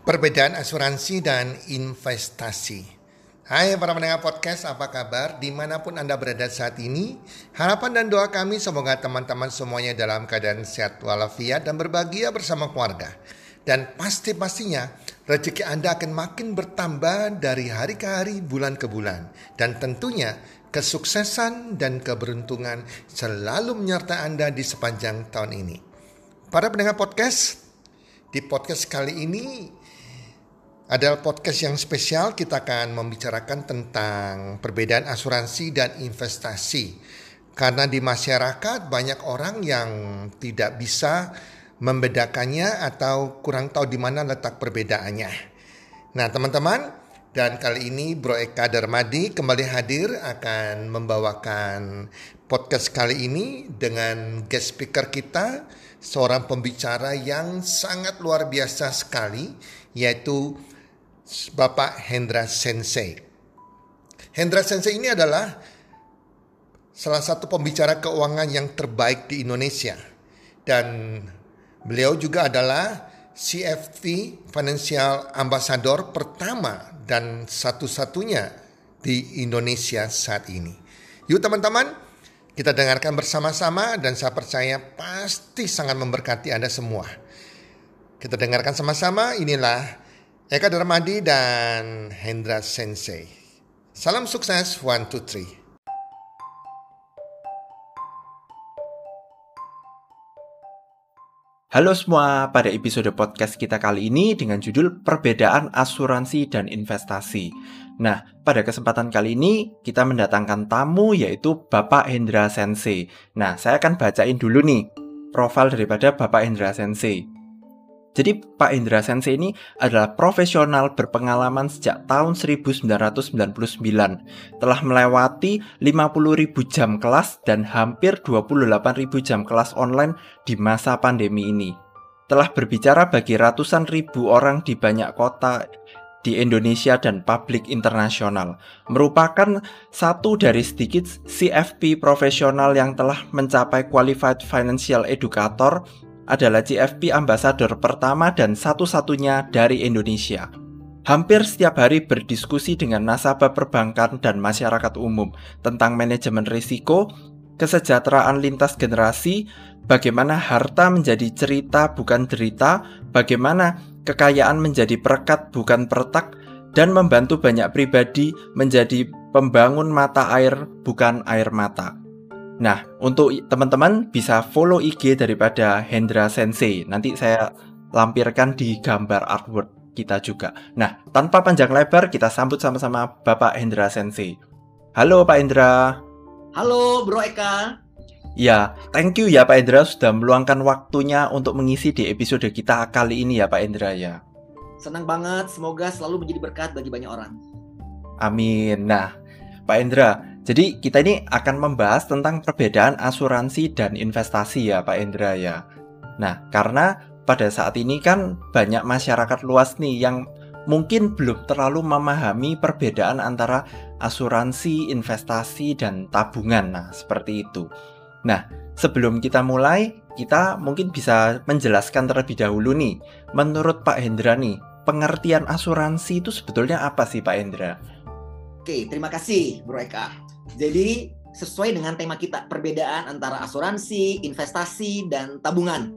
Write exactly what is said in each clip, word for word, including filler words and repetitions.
Perbedaan asuransi dan investasi. Hai para pendengar podcast, apa kabar? Dimanapun Anda berada saat ini, harapan dan doa kami semoga teman-teman semuanya dalam keadaan sehat walafiat dan berbahagia bersama keluarga. Dan pasti-pastinya rezeki Anda akan makin bertambah dari hari ke hari, bulan ke bulan. Dan tentunya kesuksesan dan keberuntungan selalu menyertai Anda di sepanjang tahun ini. Para pendengar podcast, di podcast kali ini adalah podcast yang spesial. Kita akan membicarakan tentang perbedaan asuransi dan investasi. Karena di masyarakat banyak orang yang tidak bisa membedakannya atau kurang tahu di mana letak perbedaannya. Nah teman-teman, dan kali ini Bro Eka Darmadi kembali hadir akan membawakan podcast kali ini dengan guest speaker kita, seorang pembicara yang sangat luar biasa sekali, yaitu Bapak Hendra Sensei. Hendra Sensei ini adalah salah satu pembicara keuangan yang terbaik di Indonesia. Dan beliau juga adalah C F P Financial Ambassador pertama dan satu-satunya di Indonesia saat ini. Yuk teman-teman, kita dengarkan bersama-sama dan saya percaya pasti sangat memberkati Anda semua. Kita dengarkan sama-sama, inilah Eka Darmadi dan Hendra Sensei. Salam sukses, one, two, three. Halo semua, pada episode podcast kita kali ini dengan judul Perbedaan Asuransi dan Investasi. Nah, pada kesempatan kali ini kita mendatangkan tamu yaitu Bapak Hendra Sensei. Nah, saya akan bacain dulu nih profil daripada Bapak Hendra Sensei. Jadi Pak Hendra Sensei ini adalah profesional berpengalaman sejak tahun seribu sembilan ratus sembilan puluh sembilan. Telah melewati lima puluh ribu jam kelas dan hampir dua puluh delapan ribu jam kelas online di masa pandemi ini. Telah berbicara bagi ratusan ribu orang di banyak kota di Indonesia dan publik internasional. Merupakan satu dari sedikit C F P profesional yang telah mencapai Qualified Financial Educator, adalah C F P Ambassador pertama dan satu-satunya dari Indonesia. Hampir setiap hari berdiskusi dengan nasabah perbankan dan masyarakat umum tentang manajemen risiko, kesejahteraan lintas generasi, bagaimana harta menjadi cerita bukan derita, bagaimana kekayaan menjadi perekat bukan peretak, dan membantu banyak pribadi menjadi pembangun mata air bukan air mata. Nah, untuk teman-teman bisa follow I G daripada Hendra Sensei. Nanti saya lampirkan di gambar artwork kita juga. Nah, tanpa panjang lebar, kita sambut sama-sama Bapak Hendra Sensei. Halo Pak Hendra. Halo Bro Eka. Ya, thank you ya Pak Hendra sudah meluangkan waktunya untuk mengisi di episode kita kali ini ya Pak Hendra ya. Senang banget, semoga selalu menjadi berkat bagi banyak orang. Amin. Nah, Pak Hendra, jadi kita ini akan membahas tentang perbedaan asuransi dan investasi ya Pak Hendra ya. Nah, karena pada saat ini kan banyak masyarakat luas nih yang mungkin belum terlalu memahami perbedaan antara asuransi, investasi, dan tabungan. Nah, seperti itu. Nah, sebelum kita mulai, kita mungkin bisa menjelaskan terlebih dahulu nih. Menurut Pak Hendra nih, pengertian asuransi itu sebetulnya apa sih Pak Hendra? Oke, terima kasih Bro Eka. Jadi sesuai dengan tema kita, perbedaan antara asuransi, investasi, dan tabungan.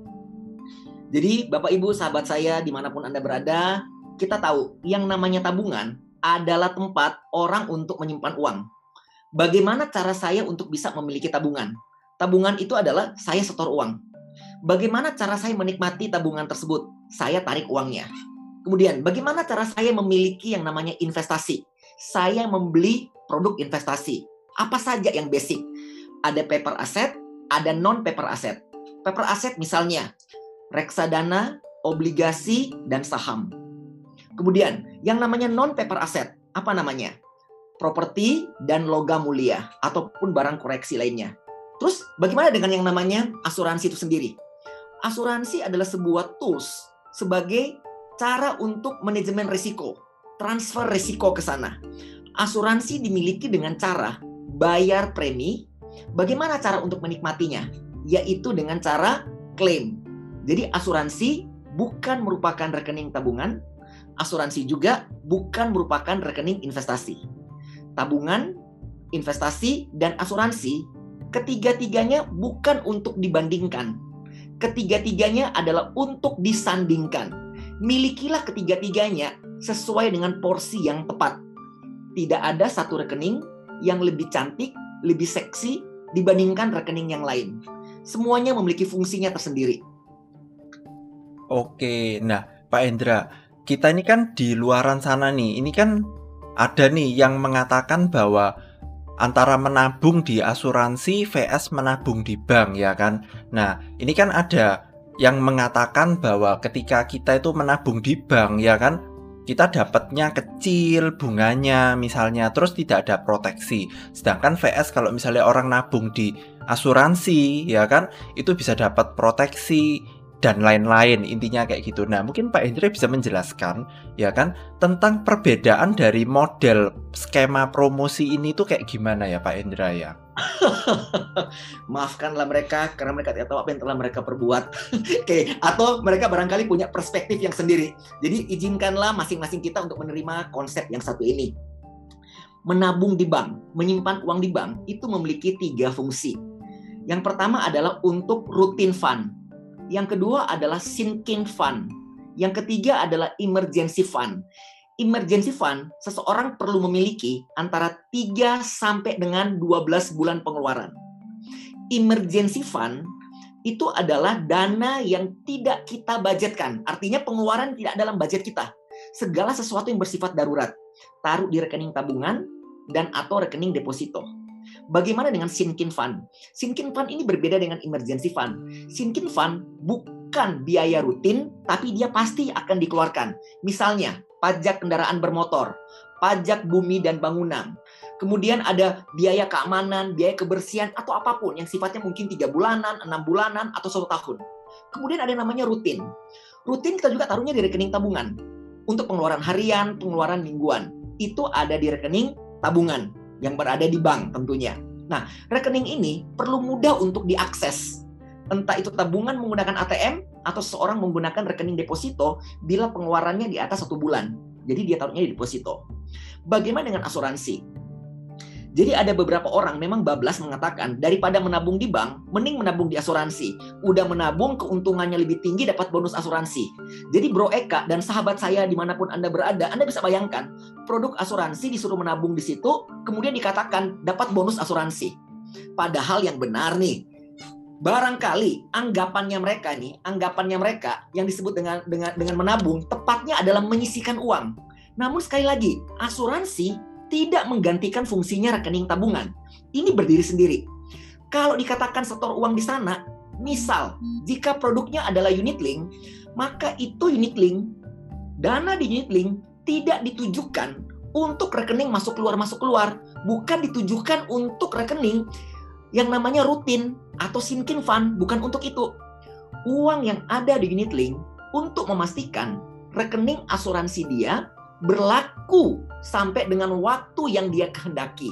Jadi Bapak Ibu sahabat saya dimanapun Anda berada, kita tahu yang namanya tabungan adalah tempat orang untuk menyimpan uang. Bagaimana cara saya untuk bisa memiliki tabungan? Tabungan itu adalah saya setor uang. Bagaimana cara saya menikmati tabungan tersebut? Saya tarik uangnya. Kemudian bagaimana cara saya memiliki yang namanya investasi? Saya membeli produk investasi. Apa saja yang basic? Ada paper asset, ada non-paper asset. Paper asset misalnya reksadana, obligasi, dan saham. Kemudian yang namanya non-paper asset, apa namanya? Properti dan logam mulia, ataupun barang koreksi lainnya. Terus bagaimana dengan yang namanya asuransi itu sendiri? Asuransi adalah sebuah tools sebagai cara untuk manajemen risiko. Transfer risiko ke sana. Asuransi dimiliki dengan cara bayar premi. Bagaimana cara untuk menikmatinya? Yaitu dengan cara klaim. Jadi asuransi bukan merupakan rekening tabungan, asuransi juga bukan merupakan rekening investasi. Tabungan, investasi, dan asuransi, ketiga-tiganya bukan untuk dibandingkan. Ketiga-tiganya adalah untuk disandingkan. Milikilah ketiga-tiganya sesuai dengan porsi yang tepat. Tidak ada satu rekening yang lebih cantik, lebih seksi dibandingkan rekening yang lain. Semuanya memiliki fungsinya tersendiri. Oke, nah Pak Hendra, kita ini kan di luaran sana nih, ini kan ada nih yang mengatakan bahwa antara menabung di asuransi vs menabung di bank, ya kan? Nah, ini kan ada yang mengatakan bahwa ketika kita itu menabung di bank, ya kan, kita dapatnya kecil bunganya misalnya, terus tidak ada proteksi. Sedangkan V S kalau misalnya orang nabung di asuransi, ya kan, itu bisa dapat proteksi dan lain-lain, intinya kayak gitu. Nah, mungkin Pak Hendra bisa menjelaskan, ya kan, tentang perbedaan dari model skema promosi ini tuh kayak gimana ya Pak Hendra ya? Maafkanlah mereka karena mereka tidak tahu apa yang telah mereka perbuat. Oke, atau mereka barangkali punya perspektif yang sendiri. Jadi izinkanlah masing-masing kita untuk menerima konsep yang satu ini. Menabung di bank, menyimpan uang di bank itu memiliki tiga fungsi. Yang pertama adalah untuk routine fund. Yang kedua adalah sinking fund. Yang ketiga adalah emergency fund. Emergency fund, seseorang perlu memiliki antara tiga sampai dengan dua belas bulan pengeluaran. Emergency fund itu adalah dana yang tidak kita budgetkan. Artinya pengeluaran tidak dalam budget kita. Segala sesuatu yang bersifat darurat. Taruh di rekening tabungan dan atau rekening deposito. Bagaimana dengan sinking fund? Sinking fund ini berbeda dengan emergency fund. Sinking fund bukan biaya rutin, tapi dia pasti akan dikeluarkan. Misalnya, pajak kendaraan bermotor, pajak bumi dan bangunan. Kemudian ada biaya keamanan, biaya kebersihan, atau apapun yang sifatnya mungkin tiga bulanan, enam bulanan, atau satu tahun. Kemudian ada yang namanya rutin. Rutin kita juga taruhnya di rekening tabungan. Untuk pengeluaran harian, pengeluaran mingguan. Itu ada di rekening tabungan yang berada di bank tentunya. Nah, rekening ini perlu mudah untuk diakses. Entah itu tabungan menggunakan A T M atau seseorang menggunakan rekening deposito bila pengeluarannya di atas satu bulan. Jadi dia taruhnya di deposito. Bagaimana dengan asuransi? Jadi ada beberapa orang memang bablas mengatakan daripada menabung di bank, mending menabung di asuransi. Udah menabung keuntungannya lebih tinggi dapat bonus asuransi. Jadi Bro Eka dan sahabat saya dimanapun Anda berada, Anda bisa bayangkan produk asuransi disuruh menabung di situ, kemudian dikatakan dapat bonus asuransi. Padahal yang benar nih, barangkali anggapannya mereka nih, anggapannya mereka yang disebut dengan dengan dengan menabung, tepatnya adalah menyisihkan uang. Namun sekali lagi, asuransi tidak menggantikan fungsinya rekening tabungan. Ini berdiri sendiri. Kalau dikatakan setor uang di sana, misal jika produknya adalah unit link, maka itu unit link, dana di unit link tidak ditujukan untuk rekening masuk keluar masuk keluar, bukan ditujukan untuk rekening yang namanya rutin atau sinking fund, bukan untuk itu. Uang yang ada di unit link untuk memastikan rekening asuransi dia berlaku sampai dengan waktu yang dia kehendaki.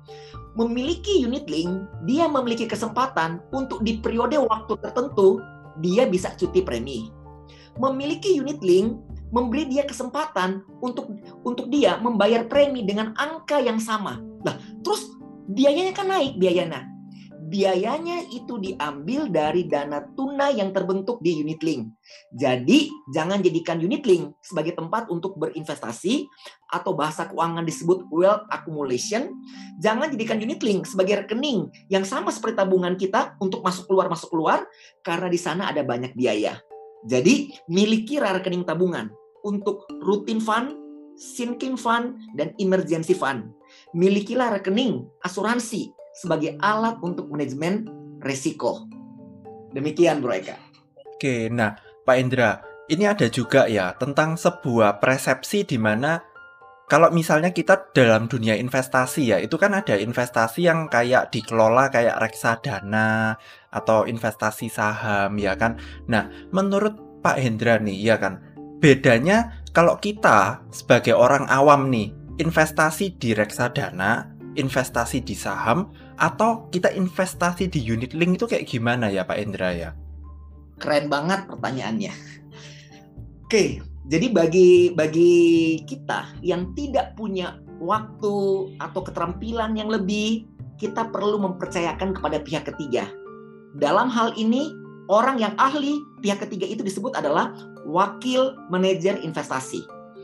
Memiliki unit link, dia memiliki kesempatan untuk di periode waktu tertentu dia bisa cuti premi. Memiliki unit link memberi dia kesempatan untuk untuk dia membayar premi dengan angka yang sama. Nah, terus biayanya kan naik biayanya. Biayanya itu diambil dari dana tunai yang terbentuk di unit link. Jadi, jangan jadikan unit link sebagai tempat untuk berinvestasi atau bahasa keuangan disebut wealth accumulation. Jangan jadikan unit link sebagai rekening yang sama seperti tabungan kita untuk masuk keluar masuk keluar karena di sana ada banyak biaya. Jadi, miliki rekening tabungan untuk routine fund, sinking fund, dan emergency fund. Milikilah rekening asuransi sebagai alat untuk manajemen risiko. Demikian Bro Eka. Oke, nah Pak Indra, ini ada juga ya tentang sebuah persepsi di mana kalau misalnya kita dalam dunia investasi ya, itu kan ada investasi yang kayak dikelola kayak reksadana atau investasi saham ya kan. Nah, menurut Pak Hendra nih ya kan, bedanya kalau kita sebagai orang awam nih, investasi di reksadana, investasi di saham, atau kita investasi di unit link itu kayak gimana ya Pak Hendra ya? Keren banget pertanyaannya. Oke, Jadi bagi bagi kita yang tidak punya waktu atau keterampilan yang lebih, kita perlu mempercayakan kepada pihak ketiga. Dalam hal ini, orang yang ahli pihak ketiga itu disebut adalah wakil manajer investasi.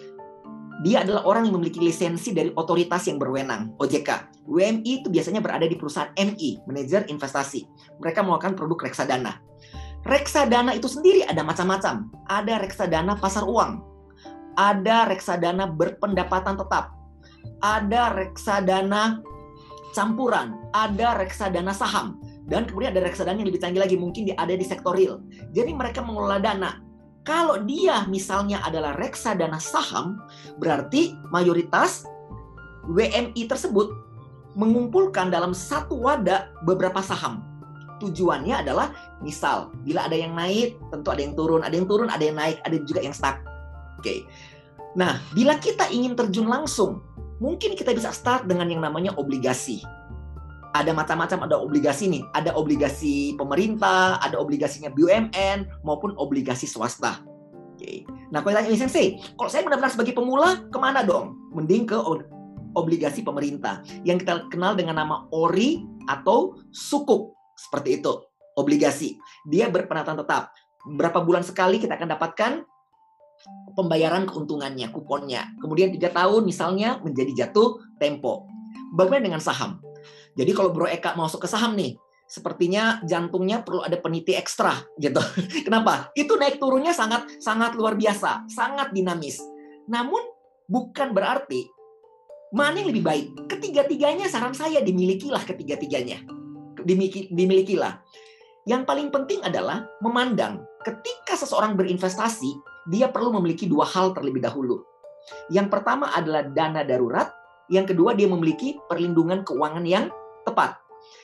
Dia adalah orang yang memiliki lisensi dari otoritas yang berwenang, O J K. W M I itu biasanya berada di perusahaan M I, manajer investasi. Mereka melakukan produk reksadana. Reksadana itu sendiri ada macam-macam. Ada reksadana pasar uang, ada reksadana berpendapatan tetap, ada reksadana campuran, ada reksadana saham, dan kemudian ada reksadana yang lebih canggih lagi, mungkin dia ada di sektor real. Jadi mereka mengelola dana. Kalau dia misalnya adalah reksadana saham, berarti mayoritas W M I tersebut mengumpulkan dalam satu wadah beberapa saham. Tujuannya adalah, misal, bila ada yang naik, tentu ada yang turun, ada yang turun, ada yang naik, ada juga yang stuck. Oke. Nah, bila kita ingin terjun langsung, mungkin kita bisa start dengan yang namanya obligasi. Ada macam-macam, ada obligasi nih. Ada obligasi pemerintah, ada obligasinya B U M N, maupun obligasi swasta. Oke. Nah, kalau ditanya Sensei, kalau saya benar-benar sebagai pemula, kemana dong? Mending ke obligasi pemerintah, yang kita kenal dengan nama O R I atau sukuk. Seperti itu, obligasi. Dia berpenghasilan tetap. Berapa bulan sekali kita akan dapatkan pembayaran keuntungannya, kuponnya. Kemudian tiga tahun misalnya menjadi jatuh tempo. Bagaimana dengan saham? Jadi kalau Bro Eka masuk ke saham nih, sepertinya jantungnya perlu ada peniti ekstra gitu. Kenapa? Itu naik turunnya sangat sangat luar biasa, sangat dinamis. Namun bukan berarti mana yang lebih baik. Ketiga-tiganya saran saya dimilikilah ketiga-tiganya. Dimiliki, dimilikilah. Yang paling penting adalah memandang ketika seseorang berinvestasi, dia perlu memiliki dua hal terlebih dahulu. Yang pertama adalah dana darurat, yang kedua dia memiliki perlindungan keuangan yang tepat.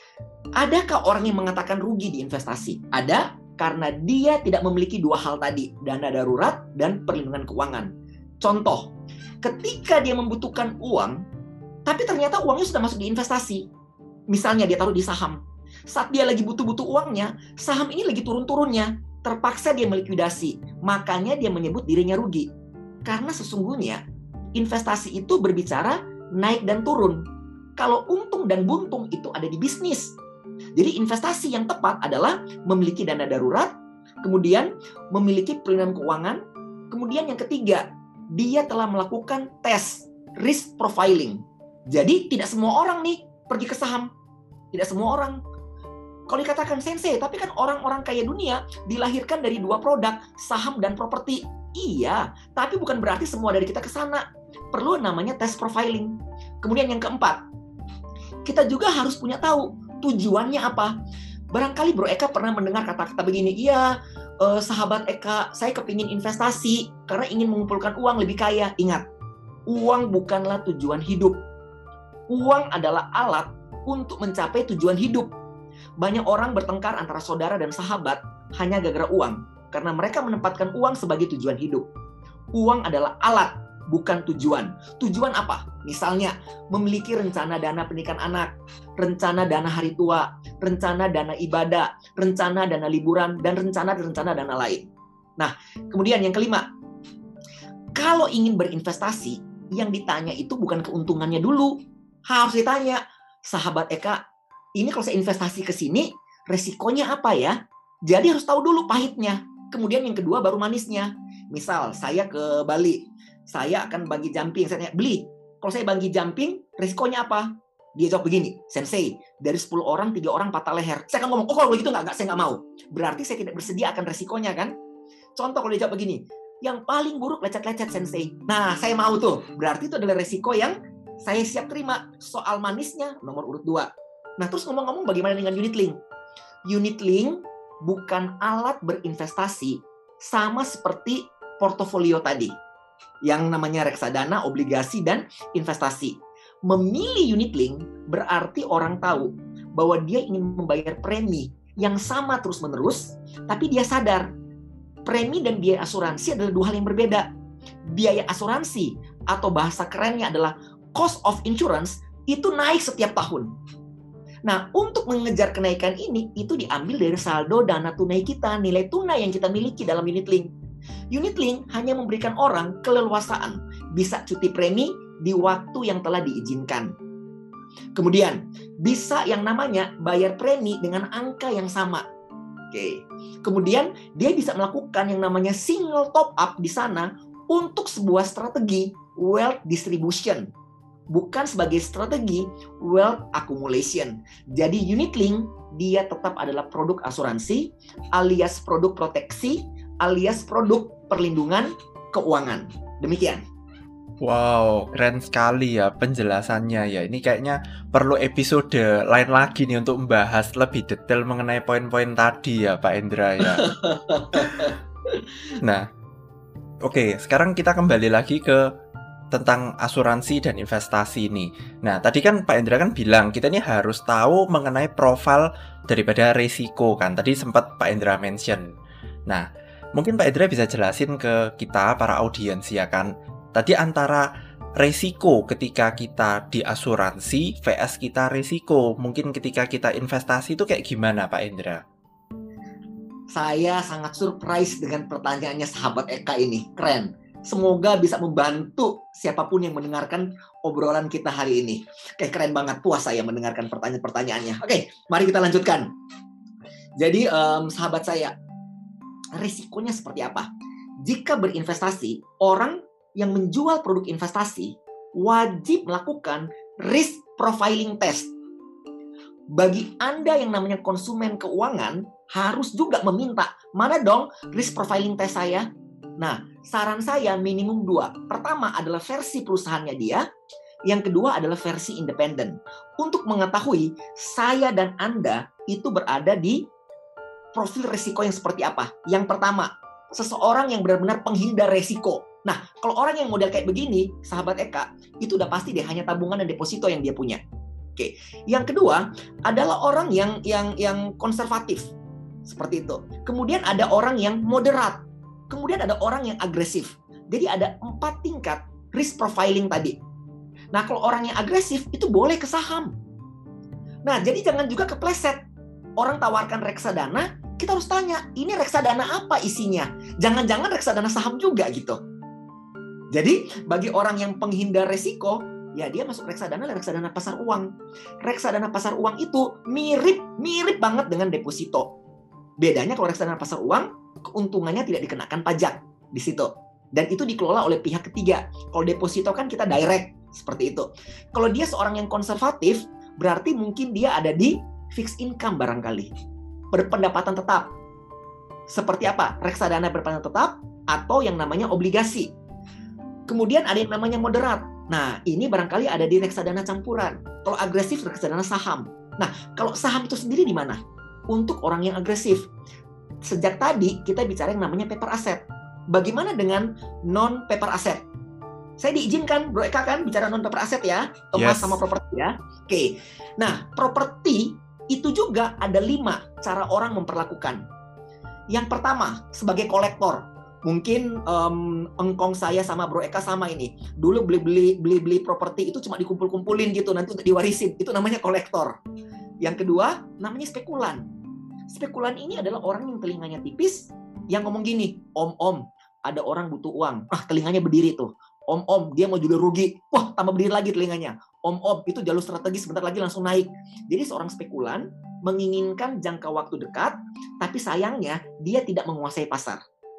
Adakah orang yang mengatakan rugi di investasi? Ada, karena dia tidak memiliki dua hal tadi, dana darurat dan perlindungan keuangan. Contoh, ketika dia membutuhkan uang, tapi ternyata uangnya sudah masuk di investasi. Misalnya dia taruh di saham. Saat dia lagi butuh-butuh uangnya, saham ini lagi turun-turunnya. Terpaksa dia melikuidasi. Makanya dia menyebut dirinya rugi. Karena sesungguhnya investasi itu berbicara naik dan turun. Kalau untung dan buntung itu ada di bisnis. Jadi investasi yang tepat adalah memiliki dana darurat, kemudian memiliki perlindungan keuangan, kemudian yang ketiga, dia telah melakukan tes risk profiling. Jadi tidak semua orang nih pergi ke saham. Tidak semua orang. Kalau dikatakan Sensei, tapi kan orang-orang kaya dunia dilahirkan dari dua produk, saham dan properti. Iya, tapi bukan berarti semua dari kita ke sana. Perlu namanya tes profiling. Kemudian yang keempat, kita juga harus punya tahu tujuannya apa. Barangkali Bro Eka pernah mendengar kata-kata begini, iya eh, sahabat Eka, saya kepingin investasi karena ingin mengumpulkan uang lebih kaya. Ingat, uang bukanlah tujuan hidup. Uang adalah alat untuk mencapai tujuan hidup. Banyak orang bertengkar antara saudara dan sahabat hanya gara-gara uang, karena mereka menempatkan uang sebagai tujuan hidup. Uang adalah alat, bukan tujuan. Tujuan apa? Misalnya, memiliki rencana dana pendidikan anak, rencana dana hari tua, rencana dana ibadah, rencana dana liburan, dan rencana-rencana dana lain. Nah, kemudian yang kelima, kalau ingin berinvestasi, yang ditanya itu bukan keuntungannya dulu. Harus ditanya, sahabat Eka, ini kalau saya investasi ke sini, resikonya apa ya? Jadi harus tahu dulu pahitnya. Kemudian yang kedua baru manisnya. Misal, saya ke Bali, saya akan bagi jumping. Saya tanya, beli, kalau saya bagi jumping, resikonya apa? Dia jawab begini, Sensei, dari sepuluh orang, tiga orang patah leher. Saya akan ngomong, oh kalau begitu nggak, nggak, saya nggak mau. Berarti saya tidak bersedia akan resikonya kan? Contoh kalau dia jawab begini, yang paling buruk lecet-lecet Sensei. Nah, saya mau tuh. Berarti itu adalah resiko yang saya siap terima. Soal manisnya nomor urut dua. Nah, terus ngomong-ngomong bagaimana dengan unit link? Unit link bukan alat berinvestasi sama seperti portofolio tadi. Yang namanya reksadana, obligasi, dan investasi. Memilih unit link berarti orang tahu bahwa dia ingin membayar premi yang sama terus-menerus, tapi dia sadar premi dan biaya asuransi adalah dua hal yang berbeda. Biaya asuransi atau bahasa kerennya adalah cost of insurance itu naik setiap tahun. Nah, untuk mengejar kenaikan ini, itu diambil dari saldo dana tunai kita, nilai tunai yang kita miliki dalam unit link. Unit link hanya memberikan orang keleluasaan, bisa cuti premi di waktu yang telah diizinkan. Kemudian, bisa yang namanya bayar premi dengan angka yang sama. Oke. Kemudian, dia bisa melakukan yang namanya single top up di sana untuk sebuah strategi wealth distribution, bukan sebagai strategi wealth accumulation. Jadi unit link dia tetap adalah produk asuransi alias produk proteksi alias produk perlindungan keuangan. Demikian. Wow, keren sekali ya penjelasannya ya. Ini kayaknya perlu episode lain lagi nih untuk membahas lebih detail mengenai poin-poin tadi ya Pak Hendra ya. Nah, oke, okay, sekarang kita kembali lagi ke tentang asuransi dan investasi ini. Nah, tadi kan Pak Hendra kan bilang kita ini harus tahu mengenai profil daripada risiko kan. Tadi sempat Pak Hendra mention. Nah, mungkin Pak Hendra bisa jelasin ke kita para audiens ya kan. Tadi antara risiko ketika kita di asuransi versus kita risiko mungkin ketika kita investasi itu kayak gimana Pak Hendra? Saya sangat surprise dengan pertanyaannya sahabat Eka ini. Keren. Semoga bisa membantu siapapun yang mendengarkan obrolan kita hari ini. Oke, keren banget. Puas saya mendengarkan pertanyaan-pertanyaannya. Oke, mari kita lanjutkan. Jadi, um, sahabat saya, risikonya seperti apa? Jika berinvestasi, orang yang menjual produk investasi wajib melakukan risk profiling test. Bagi Anda yang namanya konsumen keuangan, harus juga meminta, mana dong risk profiling test saya? Nah, saran saya minimum dua. Pertama adalah versi perusahaannya dia, yang kedua adalah versi independen. Untuk mengetahui saya dan Anda itu berada di profil risiko yang seperti apa. Yang pertama, seseorang yang benar-benar penghindar risiko. Nah, kalau orang yang model kayak begini, sahabat Eka, itu udah pasti deh hanya tabungan dan deposito yang dia punya. Oke. Yang kedua adalah orang yang yang yang konservatif. Seperti itu. Kemudian ada orang yang moderat. Kemudian ada orang yang agresif. Jadi ada empat tingkat risk profiling tadi. Nah, kalau orang yang agresif itu boleh ke saham. Nah, jadi jangan juga kepleset. Orang tawarkan reksadana, kita harus tanya, ini reksadana apa isinya? Jangan-jangan reksadana saham juga gitu. Jadi, bagi orang yang penghindar resiko, ya dia masuk reksadana, reksadana pasar uang. Reksadana pasar uang itu mirip, mirip banget dengan deposito. Bedanya kalau reksadana pasar uang, keuntungannya tidak dikenakan pajak di situ. Dan itu dikelola oleh pihak ketiga. Kalau deposito kan kita direct, seperti itu. Kalau dia seorang yang konservatif, berarti mungkin dia ada di fixed income barangkali. Berpendapatan tetap. Seperti apa? Reksadana berpendapatan tetap atau yang namanya obligasi. Kemudian ada yang namanya moderat. Nah, ini barangkali ada di reksadana campuran. Kalau agresif, reksadana saham. Nah, kalau saham itu sendiri di mana? Untuk orang yang agresif. Sejak tadi kita bicara yang namanya paper asset. Bagaimana dengan non paper asset? Saya diizinkan, Bro Eka kan bicara non paper asset ya, emas Yes. sama properti ya. Oke. Nah, properti itu juga ada lima cara orang memperlakukan. Yang pertama, sebagai kolektor. Mungkin um, engkong saya sama Bro Eka sama ini. Dulu beli-beli beli-beli properti itu cuma dikumpul-kumpulin gitu, nanti untuk diwarisin. Itu namanya kolektor. Yang kedua, namanya spekulan. Spekulan ini adalah orang yang telinganya tipis, yang ngomong gini, om-om, ada orang butuh uang. Ah, telinganya berdiri tuh. Om-om, dia mau jual rugi. Wah, tambah berdiri lagi telinganya. Om-om, itu jalur strategis, sebentar lagi langsung naik. Jadi seorang spekulan menginginkan jangka waktu dekat, tapi sayangnya dia tidak menguasai pasar.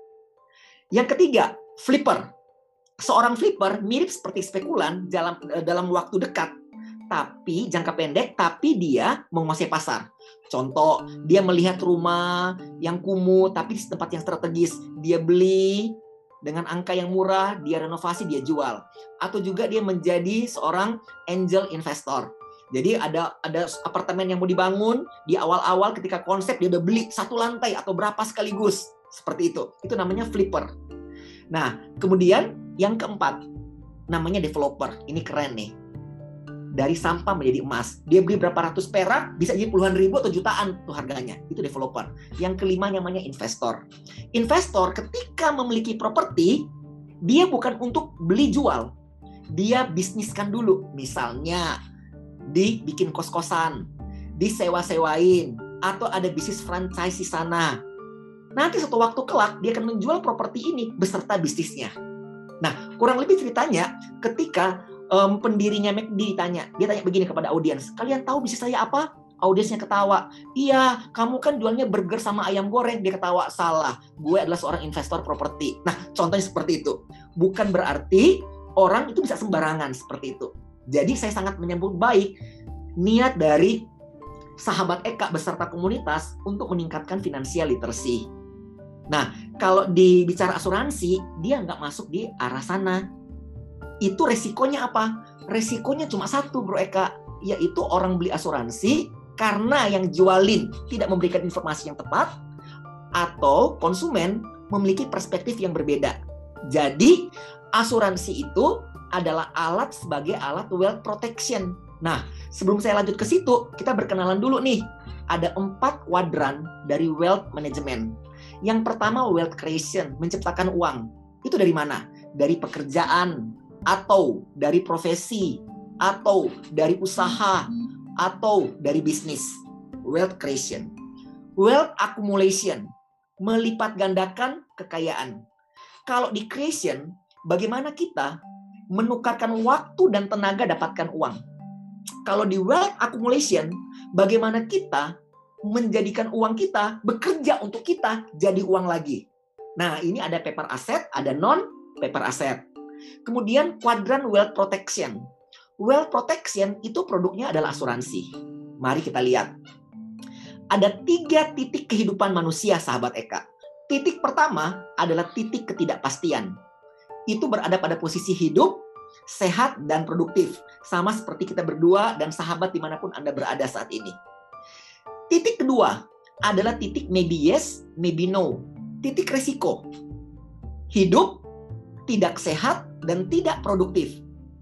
Yang ketiga, flipper. Seorang flipper mirip seperti spekulan dalam dalam waktu dekat, tapi jangka pendek, tapi dia menguasai pasar. Contoh, dia melihat rumah yang kumuh, tapi di tempat yang strategis. Dia beli dengan angka yang murah, dia renovasi, dia jual. Atau juga dia menjadi seorang angel investor. Jadi ada ada apartemen yang mau dibangun, di awal-awal ketika konsep dia udah beli satu lantai atau berapa sekaligus. Seperti itu. Itu namanya flipper. Nah, kemudian yang keempat, namanya developer. Ini keren nih. Dari sampah menjadi emas. Dia beli berapa ratus perak, bisa jadi puluhan ribu atau jutaan tuh harganya. Itu developer. Yang kelima namanya investor. Investor ketika memiliki properti, dia bukan untuk beli jual. Dia bisniskan dulu. Misalnya, dibikin kos-kosan, disewa-sewain, atau ada bisnis franchise di sana. Nanti suatu waktu kelak dia akan menjual properti ini beserta bisnisnya. Nah, kurang lebih ceritanya ketika um, pendirinya M A C D ditanya, dia tanya begini kepada audiens, kalian tahu bisnis saya apa? Audiensnya ketawa, iya, kamu kan jualnya burger sama ayam goreng. Dia ketawa, salah, gue adalah seorang investor properti. Nah, contohnya seperti itu. Bukan berarti orang itu bisa sembarangan seperti itu. Jadi saya sangat menyambut baik niat dari sahabat Eka beserta komunitas untuk meningkatkan financial literacy. Nah, kalau dibicara asuransi, dia nggak masuk di arah sana. Itu resikonya apa? Resikonya cuma satu, Bro Eka, yaitu orang beli asuransi karena yang jualin tidak memberikan informasi yang tepat, atau konsumen memiliki perspektif yang berbeda. Jadi, asuransi itu adalah alat sebagai alat wealth protection. Nah, sebelum saya lanjut ke situ, kita berkenalan dulu nih. Ada empat kuadran dari wealth management. Yang pertama, wealth creation, menciptakan uang. Itu dari mana? Dari pekerjaan, atau dari profesi, atau dari usaha, atau dari bisnis. Wealth creation. Wealth accumulation, melipat gandakan kekayaan. Kalau di creation, bagaimana kita menukarkan waktu dan tenaga dapatkan uang. Kalau di wealth accumulation, bagaimana kita menjadikan uang kita bekerja untuk kita jadi uang lagi. Nah, ini ada paper asset, ada non paper asset. Kemudian kuadran wealth protection. Wealth protection itu produknya adalah asuransi. Mari kita lihat. Ada tiga titik kehidupan manusia, sahabat Eka. Titik pertama adalah titik ketidakpastian. Itu berada pada posisi hidup, sehat, dan produktif. Sama seperti kita berdua dan sahabat dimanapun Anda berada saat ini. Titik kedua adalah titik maybe yes, maybe no. Titik resiko. Hidup, tidak sehat, dan tidak produktif.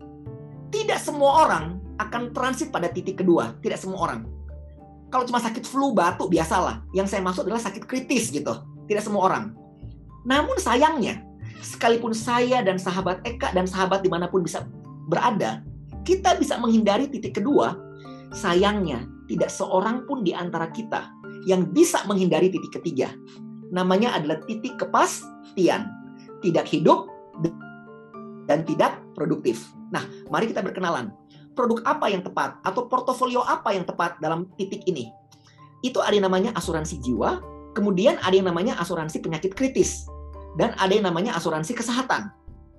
Tidak semua orang akan transit pada titik kedua. Tidak semua orang. Kalau cuma sakit flu, batuk, biasalah. Yang saya maksud adalah sakit kritis gitu. Tidak semua orang. Namun sayangnya, sekalipun saya dan sahabat Eka dan sahabat dimanapun bisa berada, kita bisa menghindari titik kedua. Sayangnya, tidak seorang pun di antara kita yang bisa menghindari titik ketiga. Namanya adalah titik kepastian. Tidak hidup dan tidak produktif. Nah, mari kita berkenalan. Produk apa yang tepat atau portofolio apa yang tepat dalam titik ini? Itu ada yang namanya asuransi jiwa, kemudian ada yang namanya asuransi penyakit kritis, dan ada yang namanya asuransi kesehatan.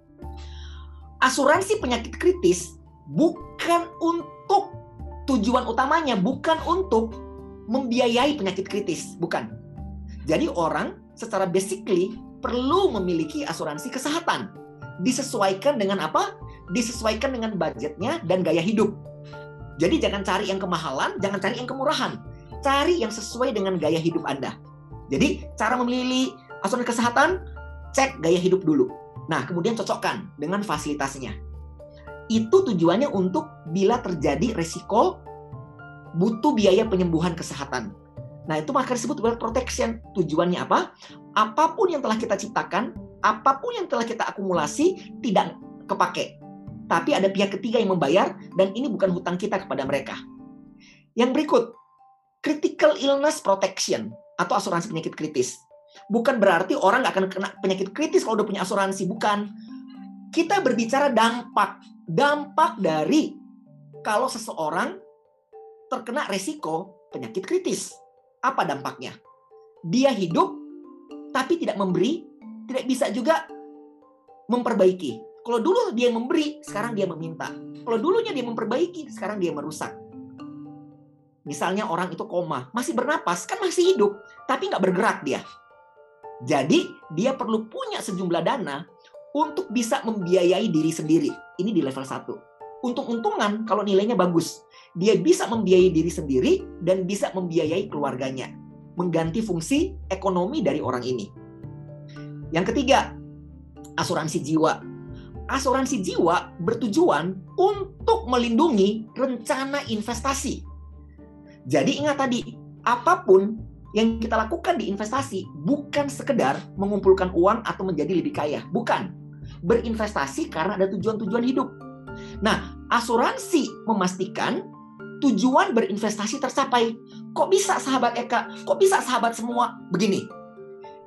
Asuransi penyakit kritis bukan untuk tujuan utamanya, bukan untuk membiayai penyakit kritis, bukan. Jadi orang secara basically perlu memiliki asuransi kesehatan. Disesuaikan dengan apa? Disesuaikan dengan budgetnya dan gaya hidup. Jadi jangan cari yang kemahalan, jangan cari yang kemurahan. Cari yang sesuai dengan gaya hidup Anda. Jadi cara memilih asuransi kesehatan, cek gaya hidup dulu. Nah, kemudian cocokkan dengan fasilitasnya. Itu tujuannya untuk bila terjadi resiko butuh biaya penyembuhan kesehatan. Nah, itu maka disebut wealth protection. Tujuannya apa? Apapun yang telah kita ciptakan, apapun yang telah kita akumulasi tidak kepake. Tapi ada pihak ketiga yang membayar dan ini bukan hutang kita kepada mereka. Yang berikut, critical illness protection atau asuransi penyakit kritis. Bukan berarti orang nggak akan kena penyakit kritis kalau udah punya asuransi, bukan. Kita berbicara dampak. Dampak dari kalau seseorang terkena resiko penyakit kritis. Apa dampaknya? Dia hidup tapi tidak memberi, tidak bisa juga memperbaiki. Kalau dulu dia memberi, sekarang dia meminta. Kalau dulunya dia memperbaiki, sekarang dia merusak. Misalnya orang itu koma, masih bernapas, kan masih hidup, tapi nggak bergerak dia. Jadi dia perlu punya sejumlah dana untuk bisa membiayai diri sendiri. Ini di level satu. Untung-untungan kalau nilainya bagus. Dia bisa membiayai diri sendiri dan bisa membiayai keluarganya. Mengganti fungsi ekonomi dari orang ini. Yang ketiga, asuransi jiwa. Asuransi jiwa bertujuan untuk melindungi rencana investasi. Jadi ingat tadi, apapun yang kita lakukan di investasi bukan sekedar mengumpulkan uang atau menjadi lebih kaya. Bukan. Berinvestasi karena ada tujuan-tujuan hidup. Nah, asuransi memastikan tujuan berinvestasi tercapai. Kok bisa sahabat Eka? Kok bisa sahabat semua? Begini.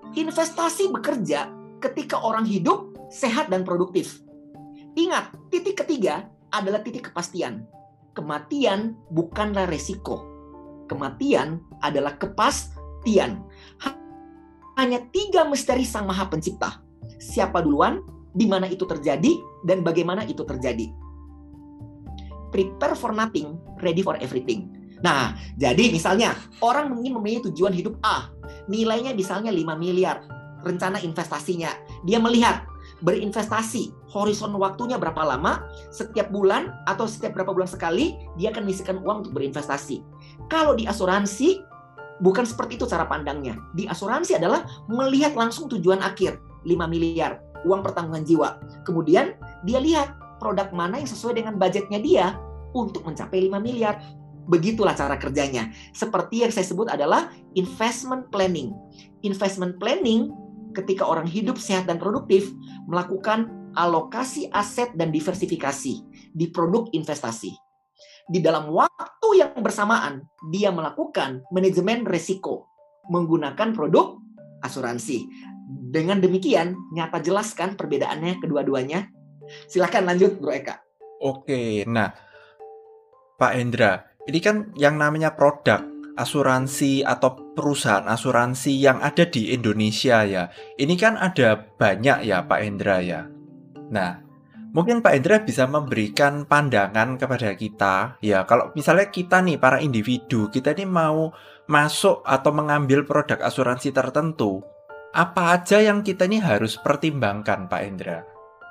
Investasi bekerja ketika orang hidup sehat dan produktif. Ingat, titik ketiga adalah titik kepastian. Kematian bukanlah resiko. Kematian adalah kepastian. Hanya tiga misteri Sang Maha Pencipta. Siapa duluan, di mana itu terjadi, dan bagaimana itu terjadi. Prepare for nothing, ready for everything. Nah, jadi misalnya orang ingin mempunyai tujuan hidup A, nilainya misalnya lima miliar, rencana investasinya. Dia melihat berinvestasi, horizon waktunya berapa lama, setiap bulan atau setiap berapa bulan sekali, dia akan menyisihkan uang untuk berinvestasi. Kalau di asuransi, bukan seperti itu cara pandangnya. Di asuransi adalah melihat langsung tujuan akhir, lima miliar, uang pertanggungan jiwa. Kemudian dia lihat produk mana yang sesuai dengan budgetnya dia untuk mencapai lima miliar. Begitulah cara kerjanya. Seperti yang saya sebut adalah investment planning. Investment planning ketika orang hidup sehat dan produktif melakukan alokasi aset dan diversifikasi di produk investasi. Di dalam waktu yang bersamaan, dia melakukan manajemen risiko menggunakan produk asuransi. Dengan demikian, nyata jelaskan perbedaannya kedua-duanya. Silakan lanjut, Bro Eka. Oke, nah Pak Hendra, ini kan yang namanya produk asuransi atau perusahaan asuransi yang ada di Indonesia ya. Ini kan ada banyak ya Pak Hendra ya. Nah, mungkin Pak Hendra bisa memberikan pandangan kepada kita ya, kalau misalnya kita nih para individu, kita ini mau masuk atau mengambil produk asuransi tertentu, apa aja yang kita ini harus pertimbangkan Pak Hendra?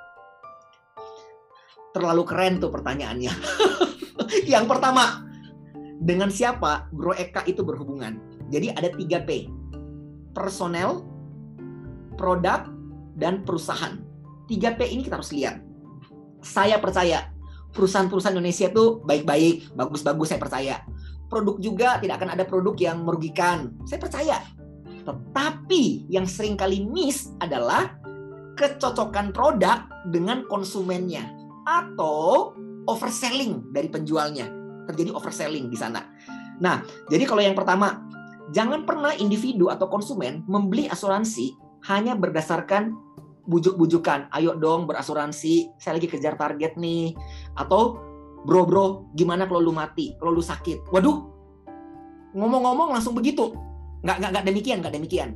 Terlalu keren tuh pertanyaannya. Yang pertama, dengan siapa Bro Eka itu berhubungan? Jadi ada tiga P. Personel, produk, dan perusahaan. tiga P ini kita harus lihat. Saya percaya perusahaan-perusahaan Indonesia itu baik-baik, bagus-bagus, saya percaya. Produk juga tidak akan ada produk yang merugikan. Saya percaya. Tetapi yang sering kali miss adalah kecocokan produk dengan konsumennya atau overselling dari penjualnya. Terjadi overselling di sana. Nah, jadi kalau yang pertama, jangan pernah individu atau konsumen membeli asuransi hanya berdasarkan bujuk-bujukan. Ayo dong berasuransi, saya lagi kejar target nih. Atau, bro bro, gimana kalau lu mati, kalau lu sakit? Waduh, ngomong-ngomong langsung begitu. Nggak, nggak, nggak demikian, nggak demikian.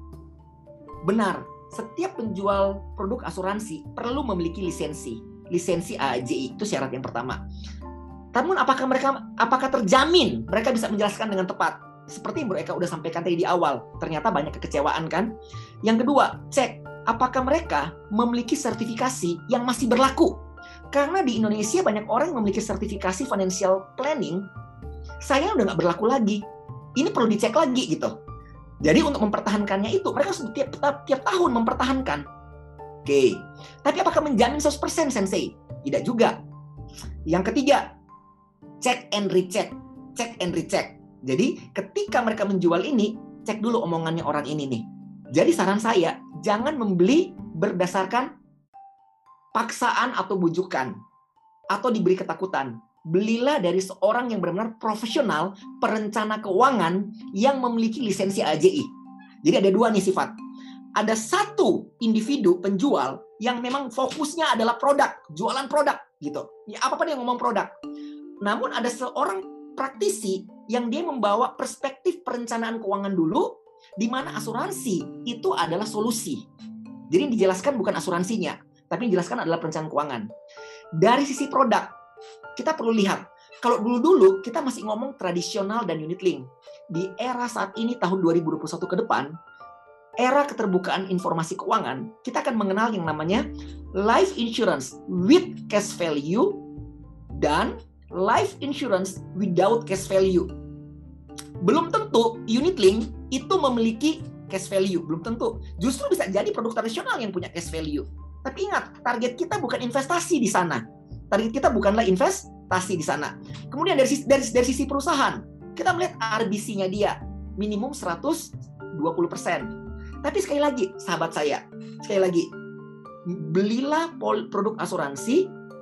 Benar, setiap penjual produk asuransi perlu memiliki lisensi. Lisensi A A J I, itu syarat yang pertama. Namun apakah mereka apakah terjamin mereka bisa menjelaskan dengan tepat? Seperti yang Bro Eka udah sampaikan tadi di awal, ternyata banyak kekecewaan kan? Yang kedua, cek apakah mereka memiliki sertifikasi yang masih berlaku. Karena di Indonesia banyak orang yang memiliki sertifikasi financial planning, sayang udah nggak berlaku lagi. Ini perlu dicek lagi gitu. Jadi untuk mempertahankannya itu, mereka harus tiap, tiap, tiap tahun mempertahankan. Oke, tapi apakah menjamin seratus persen Sensei? Tidak juga. Yang ketiga, check and recheck, check and recheck. Jadi ketika mereka menjual ini, cek dulu omongannya orang ini nih. Jadi saran saya, jangan membeli berdasarkan paksaan atau bujukan, atau diberi ketakutan. Belilah dari seorang yang benar-benar profesional, perencana keuangan yang memiliki lisensi A J I. Jadi ada dua nih sifat. Ada satu individu penjual yang memang fokusnya adalah produk, jualan produk gitu. Ya apa-apa dia ngomong produk. Namun ada seorang praktisi yang dia membawa perspektif perencanaan keuangan dulu, di mana asuransi itu adalah solusi. Jadi yang dijelaskan bukan asuransinya, tapi yang dijelaskan adalah perencanaan keuangan. Dari sisi produk, kita perlu lihat. Kalau dulu-dulu kita masih ngomong tradisional dan unit link. Di era saat ini tahun dua ribu dua puluh satu ke depan, era keterbukaan informasi keuangan, kita akan mengenal yang namanya life insurance with cash value dan life insurance without cash value. Belum tentu unit link itu memiliki cash value, belum tentu. Justru bisa jadi produk tradisional yang punya cash value. Tapi ingat, target kita bukan investasi di sana. Target kita bukanlah investasi di sana. Kemudian dari sisi, dari, dari sisi perusahaan, kita melihat R B C-nya dia minimum seratus dua puluh persen. Tapi sekali lagi, sahabat saya, sekali lagi, belilah produk asuransi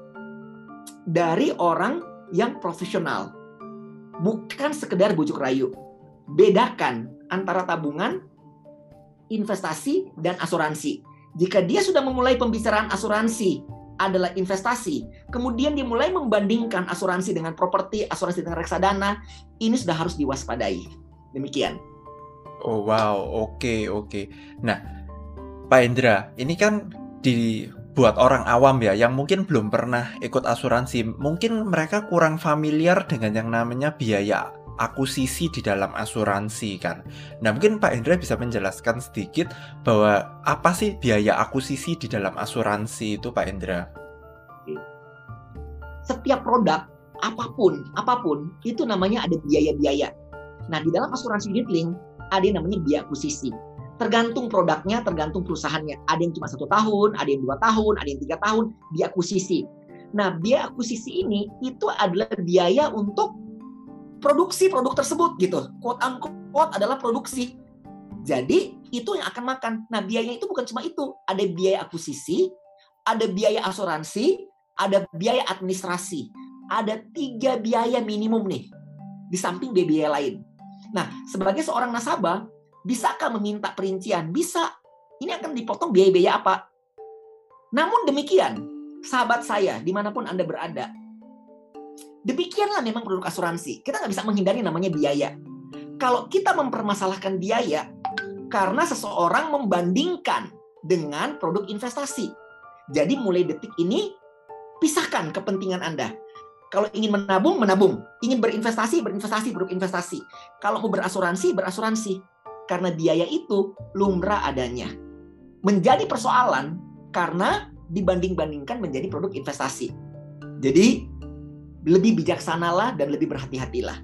dari orang yang profesional. Bukan sekedar bujuk rayu. Bedakan antara tabungan investasi, dan asuransi. Jika dia sudah memulai pembicaraan asuransi adalah investasi, kemudian dia mulai membandingkan asuransi dengan properti, asuransi dengan reksadana, ini sudah harus diwaspadai. Demikian. Oh wow, oke oke. Nah, Pak Hendra, ini kan dibuat orang awam ya, yang mungkin belum pernah ikut asuransi. Mungkin mereka kurang familiar dengan yang namanya biaya akuisisi di dalam asuransi kan. Nah, mungkin Pak Hendra bisa menjelaskan sedikit bahwa apa sih biaya akuisisi di dalam asuransi itu, Pak Hendra? Setiap produk apapun, apapun itu namanya ada biaya-biaya. Nah, di dalam asuransi unit link ada yang namanya biaya akuisisi. Tergantung produknya, tergantung perusahaannya. Ada yang cuma satu tahun, ada yang dua tahun, ada yang tiga tahun, biaya akuisisi. Nah, biaya akuisisi ini itu adalah biaya untuk produksi produk tersebut gitu. Quote unquote adalah produksi. Jadi itu yang akan makan. Nah, biayanya itu bukan cuma itu. Ada biaya akuisisi, ada biaya asuransi, ada biaya administrasi. Ada tiga biaya minimum nih. Di samping biaya-biaya lain. Nah, sebagai seorang nasabah, bisakah meminta perincian? Bisa. Ini akan dipotong biaya-biaya apa? Namun demikian, sahabat saya, dimanapun Anda berada, demikianlah memang produk asuransi. Kita nggak bisa menghindari namanya biaya. Kalau kita mempermasalahkan biaya, karena seseorang membandingkan dengan produk investasi. Jadi mulai detik ini, pisahkan kepentingan Anda. Kalau ingin menabung, menabung. Ingin berinvestasi, berinvestasi, produk investasi. Kalau mau berasuransi, berasuransi. Karena biaya itu lumrah adanya. Menjadi persoalan karena dibanding-bandingkan menjadi produk investasi. Jadi, lebih bijaksanalah dan lebih berhati-hatilah.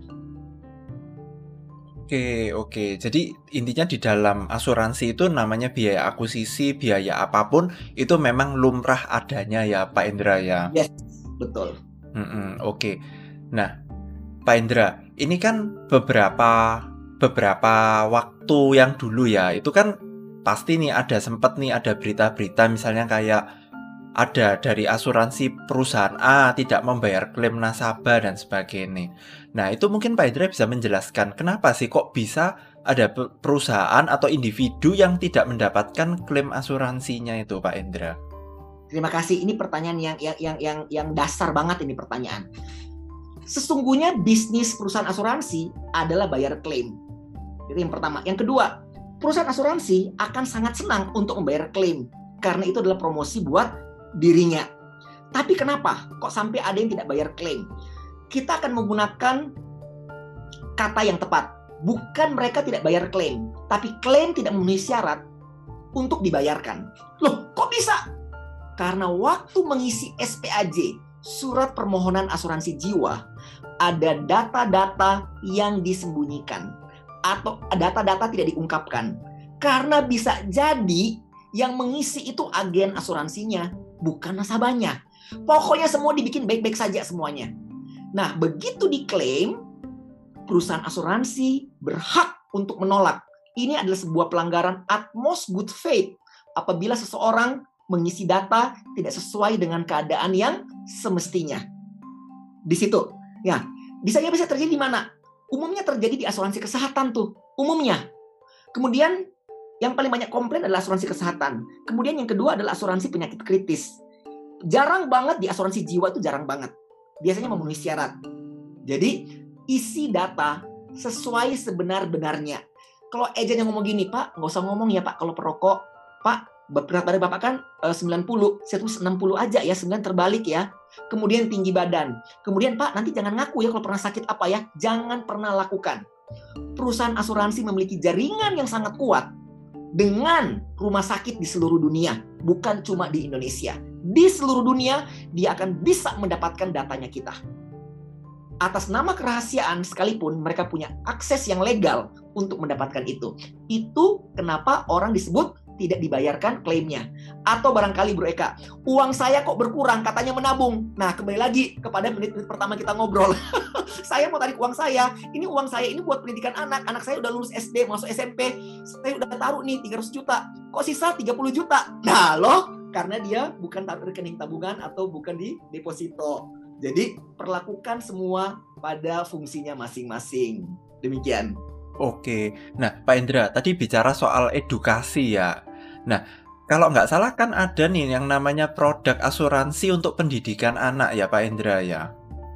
Oke, oke. Jadi intinya di dalam asuransi itu namanya biaya akuisisi, biaya apapun itu memang lumrah adanya ya, Pak Hendra ya. Yes, betul. Mm-mm, oke. Nah, Pak Hendra, ini kan beberapa beberapa waktu yang dulu ya, itu kan pasti nih ada sempet nih ada berita-berita misalnya kayak ada dari asuransi perusahaan A tidak membayar klaim nasabah dan sebagainya. Nah, itu mungkin Pak Hendra bisa menjelaskan kenapa sih kok bisa ada perusahaan atau individu yang tidak mendapatkan klaim asuransinya itu, Pak Hendra? Terima kasih. Ini pertanyaan yang yang yang yang, yang dasar banget ini pertanyaan. Sesungguhnya bisnis perusahaan asuransi adalah bayar klaim. Itu yang pertama. Yang kedua, perusahaan asuransi akan sangat senang untuk membayar klaim karena itu adalah promosi buat dirinya. Tapi kenapa kok sampai ada yang tidak bayar klaim? Kita akan menggunakan kata yang tepat. Bukan mereka tidak bayar klaim, tapi klaim tidak memenuhi syarat untuk dibayarkan. Loh, kok bisa? Karena waktu mengisi S P A J, surat permohonan asuransi jiwa, ada data-data yang disembunyikan atau data-data tidak diungkapkan. Karena bisa jadi yang mengisi itu agen asuransinya, bukan nasabahnya. Pokoknya semua dibikin baik-baik saja semuanya. Nah, begitu diklaim, perusahaan asuransi berhak untuk menolak. Ini adalah sebuah pelanggaran utmost good faith apabila seseorang mengisi data tidak sesuai dengan keadaan yang semestinya. Di situ, ya, bisa bisa terjadi di mana? Umumnya terjadi di asuransi kesehatan tuh, umumnya. Kemudian yang paling banyak komplain adalah asuransi kesehatan. Kemudian yang kedua adalah asuransi penyakit kritis. Jarang banget di asuransi jiwa itu jarang banget. Biasanya memenuhi syarat. Jadi isi data sesuai sebenar-benarnya. Kalau agent yang ngomong gini, Pak, nggak usah ngomong ya Pak kalau perokok. Pak, berat badan Bapak kan sembilan puluh, saya tulis enam puluh aja ya, sembilan terbalik ya. Kemudian tinggi badan. Kemudian Pak, nanti jangan ngaku ya kalau pernah sakit apa ya. Jangan pernah lakukan. Perusahaan asuransi memiliki jaringan yang sangat kuat dengan rumah sakit di seluruh dunia, bukan cuma di Indonesia. Di seluruh dunia, dia akan bisa mendapatkan datanya kita. Atas nama kerahasiaan sekalipun, mereka punya akses yang legal untuk mendapatkan itu. Itu kenapa orang disebut tidak dibayarkan klaimnya. Atau barangkali Bro Eka, uang saya kok berkurang, katanya menabung. Nah, kembali lagi kepada menit-menit pertama kita ngobrol. Saya mau tarik uang saya, ini uang saya ini buat pendidikan anak. Anak saya udah lulus S D, masuk S M P. Saya udah taruh nih tiga ratus juta. Kok sisa tiga puluh juta? Nah loh, karena dia bukan taruh rekening tabungan atau bukan di deposito. Jadi, perlakukan semua pada fungsinya masing-masing. Demikian. Oke, nah Pak Hendra tadi bicara soal edukasi ya. Nah, kalau nggak salah kan ada nih yang namanya produk asuransi untuk pendidikan anak ya Pak Hendra ya?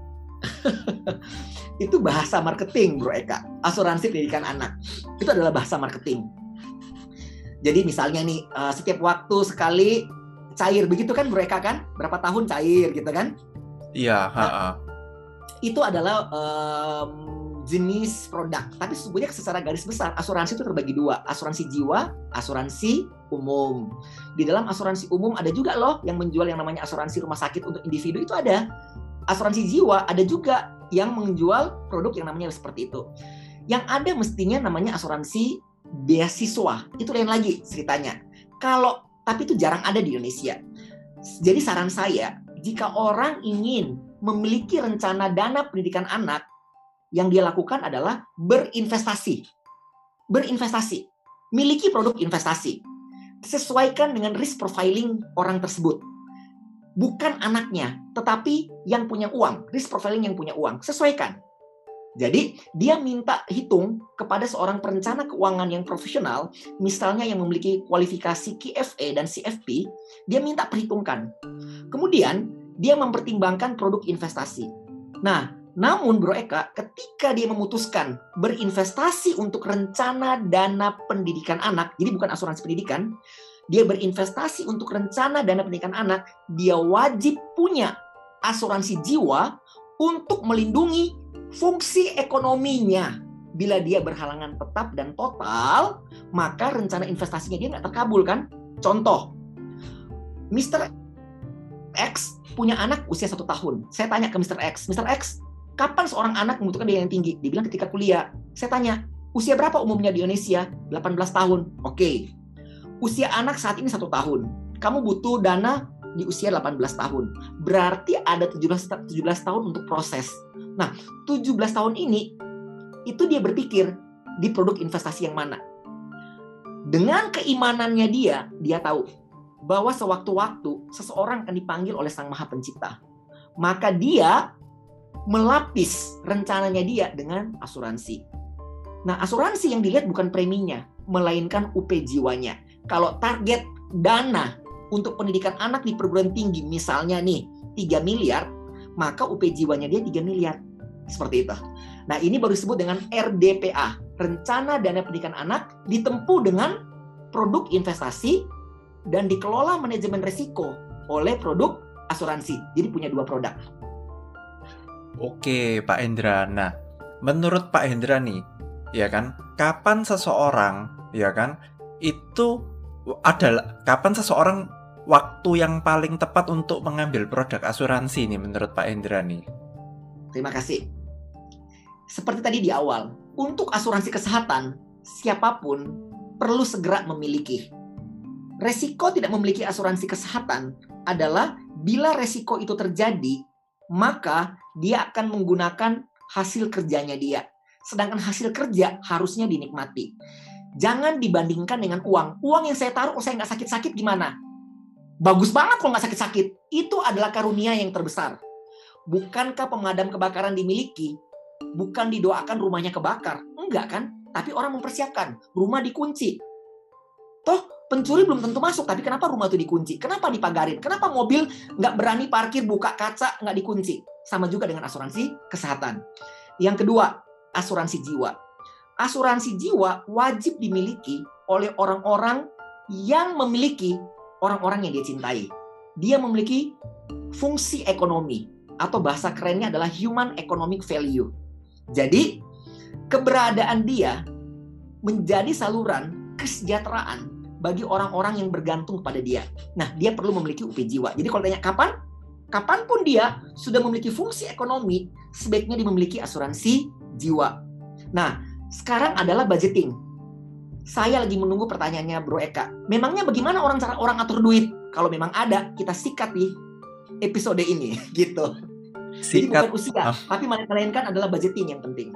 Itu bahasa marketing, Bro Eka. Asuransi pendidikan anak. Itu adalah bahasa marketing. Jadi misalnya nih, uh, setiap waktu sekali cair, begitu kan Bro Eka kan? Berapa tahun cair gitu kan? Iya, nah, itu adalah um, jenis produk. Tapi sesungguhnya secara garis besar, asuransi itu terbagi dua. Asuransi jiwa, asuransi umum. Di dalam asuransi umum ada juga loh yang menjual yang namanya asuransi rumah sakit untuk individu, itu ada. Asuransi jiwa ada juga yang menjual produk yang namanya seperti itu. Yang ada mestinya namanya asuransi beasiswa. Itu lain lagi ceritanya. Kalau tapi itu jarang ada di Indonesia. Jadi saran saya, jika orang ingin memiliki rencana dana pendidikan anak, yang dia lakukan adalah berinvestasi. Berinvestasi. Miliki produk investasi. Sesuaikan dengan risk profiling orang tersebut. Bukan anaknya, tetapi yang punya uang. Risk profiling yang punya uang. Sesuaikan. Jadi, dia minta hitung kepada seorang perencana keuangan yang profesional, misalnya yang memiliki kualifikasi Q F A dan C F P, dia minta perhitungkan. Kemudian, dia mempertimbangkan produk investasi. Nah, namun Bro Eka, ketika dia memutuskan berinvestasi untuk rencana dana pendidikan anak, jadi bukan asuransi pendidikan, dia berinvestasi untuk rencana dana pendidikan anak, dia wajib punya asuransi jiwa untuk melindungi fungsi ekonominya. Bila dia berhalangan tetap dan total, maka rencana investasinya dia nggak terkabul kan? Contoh, mister X punya anak usia satu tahun. Saya tanya ke mister X, mister X, kapan seorang anak membutuhkan biaya yang tinggi? Dia bilang ketika kuliah. Saya tanya, usia berapa umumnya di Indonesia? delapan belas tahun. Oke. Usia anak saat ini satu tahun. Kamu butuh dana di usia delapan belas tahun. Berarti ada tujuh belas tahun untuk proses. Nah, tujuh belas tahun ini, itu dia berpikir di produk investasi yang mana. Dengan keimanannya dia, dia tahu bahwa sewaktu-waktu seseorang akan dipanggil oleh Sang Maha Pencipta. Maka dia melapis rencananya dia dengan asuransi. Nah, asuransi yang dilihat bukan preminya, melainkan U P jiwanya. Kalau target dana untuk pendidikan anak di perguruan tinggi, misalnya nih, tiga miliar, maka U P jiwanya dia tiga miliar. Seperti itu. Nah, ini baru disebut dengan R D P A, Rencana Dana Pendidikan Anak, ditempuh dengan produk investasi dan dikelola manajemen risiko oleh produk asuransi. Jadi punya dua produk. Oke, Pak Hendra. Nah, menurut Pak Hendra nih, ya kan, kapan seseorang, ya kan, itu adalah kapan seseorang waktu yang paling tepat untuk mengambil produk asuransi nih menurut Pak Hendra nih? Terima kasih. Seperti tadi di awal, untuk asuransi kesehatan, siapapun perlu segera memiliki. Resiko tidak memiliki asuransi kesehatan adalah bila resiko itu terjadi, maka dia akan menggunakan hasil kerjanya dia. Sedangkan hasil kerja harusnya dinikmati. Jangan dibandingkan dengan uang. Uang yang saya taruh, oh saya nggak sakit-sakit gimana? Bagus banget kalau nggak sakit-sakit. Itu adalah karunia yang terbesar. Bukankah pemadam kebakaran dimiliki? Bukan didoakan rumahnya kebakar. Enggak kan? Tapi orang mempersiapkan. Rumah dikunci. Toh pencuri belum tentu masuk, tapi kenapa rumah itu dikunci? Kenapa dipagarin? Kenapa mobil nggak berani parkir, buka kaca, nggak dikunci? Sama juga dengan asuransi kesehatan. Yang kedua, asuransi jiwa. Asuransi jiwa wajib dimiliki oleh orang-orang yang memiliki orang-orang yang dia cintai. Dia memiliki fungsi ekonomi, atau bahasa kerennya adalah human economic value. Jadi, keberadaan dia menjadi saluran kesejahteraan bagi orang-orang yang bergantung pada dia. Nah, dia perlu memiliki U P jiwa. Jadi kalau tanya kapan? Kapanpun dia sudah memiliki fungsi ekonomi, sebaiknya dia memiliki asuransi jiwa. Nah, sekarang adalah budgeting. Saya lagi menunggu pertanyaannya Bro Eka. Memangnya bagaimana orang cara orang atur duit? Kalau memang ada, kita sikat di episode ini, gitu. Jadi bukan usia, ah. tapi melainkan adalah budgeting yang penting.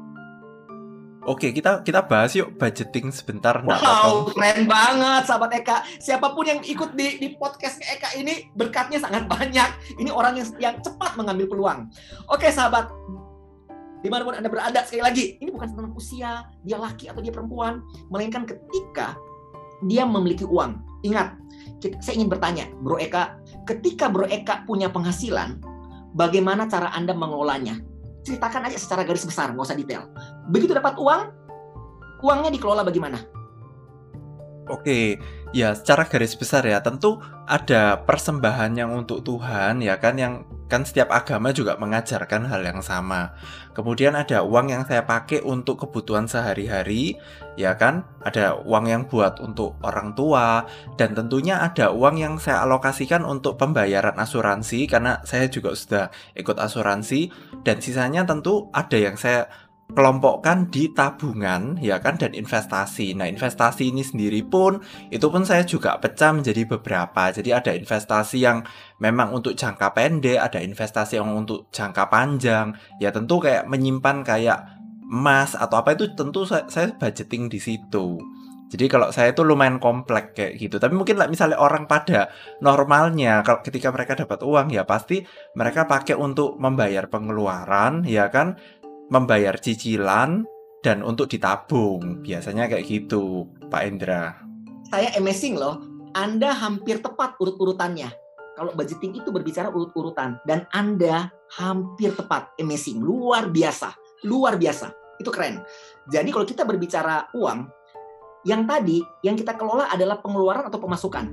Oke, kita kita bahas yuk budgeting sebentar. Wow, keren banget sahabat Eka. Siapapun yang ikut di di podcast Eka ini berkatnya sangat banyak. Ini orang yang yang cepat mengambil peluang. Oke sahabat, dimanapun Anda berada, sekali lagi, ini bukan tentang usia, dia laki atau dia perempuan, melainkan ketika dia memiliki uang. Ingat, kita, saya ingin bertanya, Bro Eka, ketika Bro Eka punya penghasilan, bagaimana cara Anda mengelolanya? Ceritakan aja secara garis besar, nggak usah detail. Begitu dapat uang, uangnya dikelola bagaimana? Oke, ya secara garis besar ya, tentu ada persembahan yang untuk Tuhan ya kan, yang kan setiap agama juga mengajarkan hal yang sama. Kemudian ada uang yang saya pakai untuk kebutuhan sehari-hari ya kan, ada uang yang buat untuk orang tua, dan tentunya ada uang yang saya alokasikan untuk pembayaran asuransi karena saya juga sudah ikut asuransi, dan sisanya tentu ada yang saya kelompokkan di tabungan ya kan, dan investasi. Nah, investasi ini sendiri pun itu pun saya juga pecah menjadi beberapa. Jadi ada investasi yang memang untuk jangka pendek, ada investasi yang untuk jangka panjang. Ya tentu kayak menyimpan kayak emas atau apa itu tentu saya, saya budgeting di situ. Jadi kalau saya itu lumayan kompleks kayak gitu. Tapi mungkin lah misalnya orang pada normalnya kalau ketika mereka dapat uang ya pasti mereka pakai untuk membayar pengeluaran ya kan, membayar cicilan, dan untuk ditabung. Biasanya kayak gitu, Pak Hendra. Saya amazing loh, Anda hampir tepat urut-urutannya. Kalau budgeting itu berbicara urut-urutan, dan Anda hampir tepat. Amazing, luar biasa, luar biasa. Itu keren. Jadi kalau kita berbicara uang, yang tadi, yang kita kelola adalah pengeluaran atau pemasukan?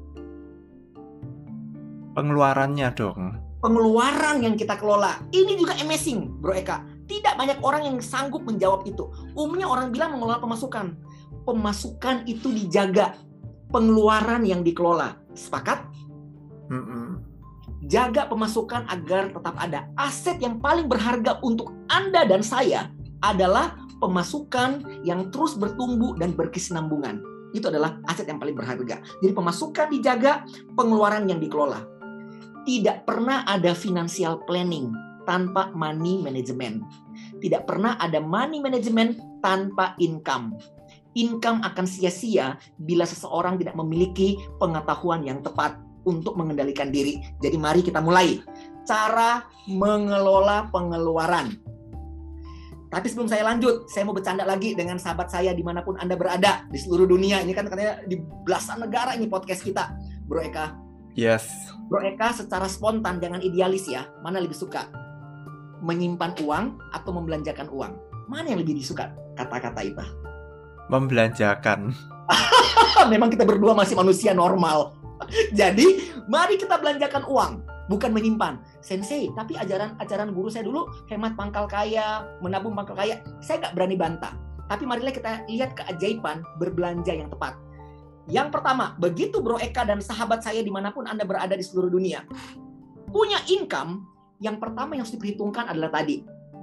Pengeluarannya dong. Pengeluaran yang kita kelola. Ini juga amazing, Bro Eka. Tidak banyak orang yang sanggup menjawab itu. Umumnya orang bilang mengelola pemasukan. Pemasukan itu dijaga. Pengeluaran yang dikelola. Sepakat? Mm-mm. Jaga pemasukan agar tetap ada. Aset yang paling berharga untuk Anda dan saya adalah pemasukan yang terus bertumbuh dan berkesinambungan. Itu adalah aset yang paling berharga. Jadi pemasukan dijaga, pengeluaran yang dikelola. Tidak pernah ada financial planning tanpa money management. Tidak pernah ada money management tanpa income. Income akan sia-sia bila seseorang tidak memiliki pengetahuan yang tepat untuk mengendalikan diri. Jadi mari kita mulai. Cara mengelola pengeluaran. Tapi sebelum saya lanjut, saya mau bercanda lagi dengan sahabat saya dimanapun Anda berada di seluruh dunia. Ini kan katanya di belasan negara ini podcast kita. Bro Eka. Yes. Bro Eka, secara spontan, jangan idealis ya. Mana lebih suka? Menyimpan uang atau membelanjakan uang? Mana yang lebih disuka? Kata-kata itu. Membelanjakan. Memang kita berdua masih manusia normal. Jadi, mari kita belanjakan uang, bukan menyimpan. Sensei, tapi ajaran-ajaran guru saya dulu hemat pangkal kaya, menabung pangkal kaya. Saya nggak berani bantah. Tapi marilah kita lihat keajaiban berbelanja yang tepat. Yang pertama, begitu Bro Eka dan sahabat saya dimanapun Anda berada di seluruh dunia, punya income, yang pertama yang harus diperhitungkan adalah tadi.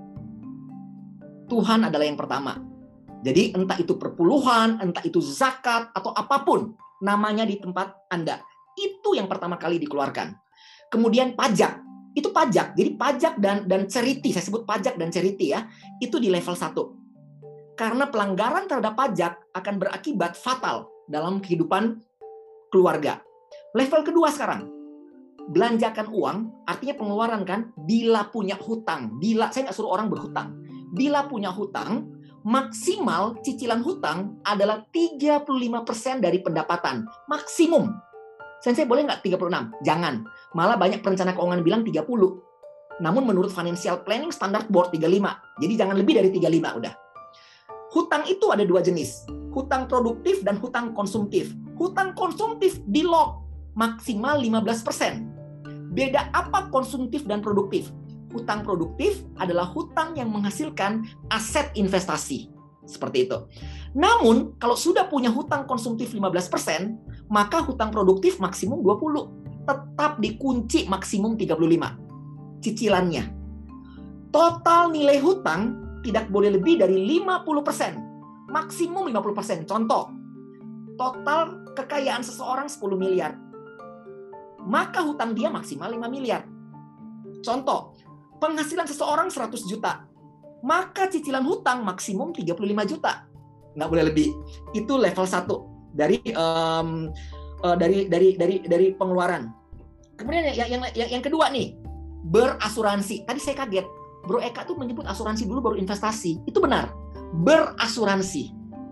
Tuhan adalah yang pertama. Jadi entah itu perpuluhan, entah itu zakat, atau apapun namanya di tempat Anda. Itu yang pertama kali dikeluarkan. Kemudian pajak. Itu pajak. Jadi pajak dan, dan charity, saya sebut pajak dan charity ya, itu di level satu. Karena pelanggaran terhadap pajak akan berakibat fatal dalam kehidupan keluarga. Level kedua sekarang. Belanjakan uang, artinya pengeluaran kan, bila punya hutang. Bila, saya nggak suruh orang berhutang. Bila punya hutang, maksimal cicilan hutang adalah tiga puluh lima persen dari pendapatan. Maksimum. Sensei boleh nggak tiga puluh enam? Jangan. Malah banyak perencana keuangan bilang tiga puluh. Namun menurut Financial Planning Standard Board tiga puluh lima. Jadi jangan lebih dari tiga puluh lima udah. Hutang itu ada dua jenis. Hutang produktif dan hutang konsumtif. Hutang konsumtif di lock maksimal lima belas persen. Beda apa konsumtif dan produktif? Hutang produktif adalah hutang yang menghasilkan aset investasi. Seperti itu. Namun, kalau sudah punya hutang konsumtif lima belas persen, maka hutang produktif maksimum dua puluh. Tetap dikunci maksimum tiga puluh lima. Cicilannya. Total nilai hutang tidak boleh lebih dari lima puluh persen. Maksimum lima puluh persen. Contoh, total kekayaan seseorang sepuluh miliar. Maka hutang dia maksimal lima miliar. Contoh, penghasilan seseorang seratus juta. Maka cicilan hutang maksimum tiga puluh lima juta. Nggak boleh lebih. Itu level satu dari um, uh, dari dari dari dari pengeluaran. Kemudian yang yang yang, yang kedua nih, berasuransi. Tadi saya kaget. Bro Eka tuh menyebut asuransi dulu baru investasi. Itu benar. Berasuransi.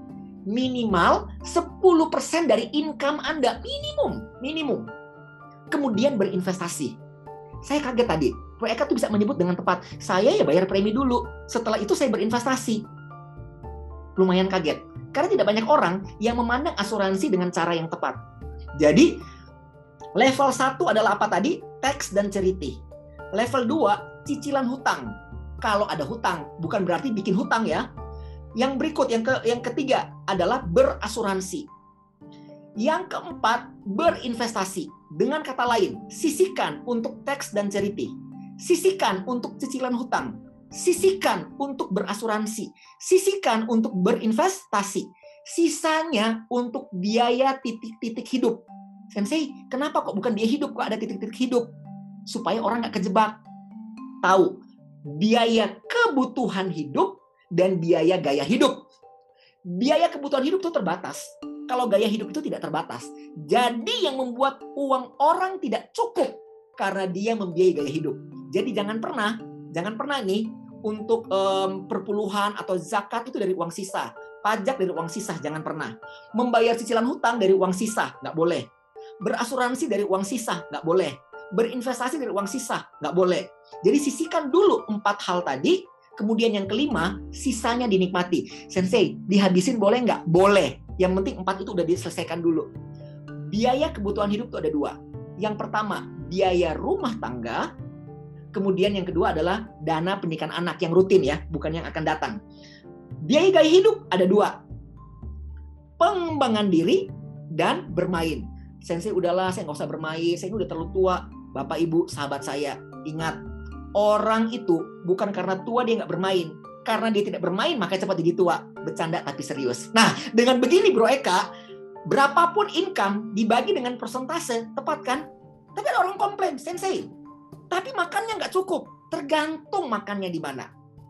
Minimal sepuluh persen dari income Anda. Minimum. Minimum. Kemudian berinvestasi. Saya kaget tadi. Bro Eka tuh bisa menyebut dengan tepat. Saya ya bayar premi dulu. Setelah itu saya berinvestasi. Lumayan kaget. Karena tidak banyak orang yang memandang asuransi dengan cara yang tepat. Jadi, level satu adalah apa tadi? Tax dan charity. Level dua, cicilan hutang. Kalau ada hutang, bukan berarti bikin hutang ya. Yang berikut, yang ke yang ketiga adalah berasuransi. Yang keempat, berinvestasi. Dengan kata lain, sisihkan untuk tax dan charity. Sisihkan untuk cicilan hutang. Sisihkan untuk berasuransi. Sisihkan untuk berinvestasi. Sisanya untuk biaya titik-titik hidup. Sensei, kenapa kok bukan biaya hidup, kok ada titik-titik hidup? Supaya orang nggak kejebak. Tahu, biaya kebutuhan hidup dan biaya gaya hidup. Biaya kebutuhan hidup itu terbatas. Kalau gaya hidup itu tidak terbatas. Jadi yang membuat uang orang tidak cukup karena dia membiayai gaya hidup. Jadi jangan pernah, jangan pernah nih untuk um, perpuluhan atau zakat itu dari uang sisa. Pajak dari uang sisa, jangan pernah. Membayar cicilan hutang dari uang sisa, nggak boleh. Berasuransi dari uang sisa, nggak boleh. Berinvestasi dari uang sisa, nggak boleh. Jadi sisihkan dulu empat hal tadi, kemudian yang kelima, sisanya dinikmati. Sensei, dihabisin boleh nggak? Boleh. Yang penting empat itu udah diselesaikan dulu. Biaya kebutuhan hidup itu ada dua. Yang pertama, biaya rumah tangga. Kemudian yang kedua adalah dana pendidikan anak yang rutin ya, bukan yang akan datang. Biaya gaya hidup ada dua. Pengembangan diri dan bermain. Sensei, udahlah, saya nggak usah bermain. Saya ini udah terlalu tua. Bapak, Ibu, sahabat saya, ingat, orang itu bukan karena tua dia nggak bermain. Karena dia tidak bermain, makanya cepat jadi tua. Bercanda tapi serius. Nah, dengan begini Bro Eka, berapapun income dibagi dengan persentase, tepat kan? Tapi ada orang komplain, Sensei, tapi makannya nggak cukup. Tergantung makannya di mana.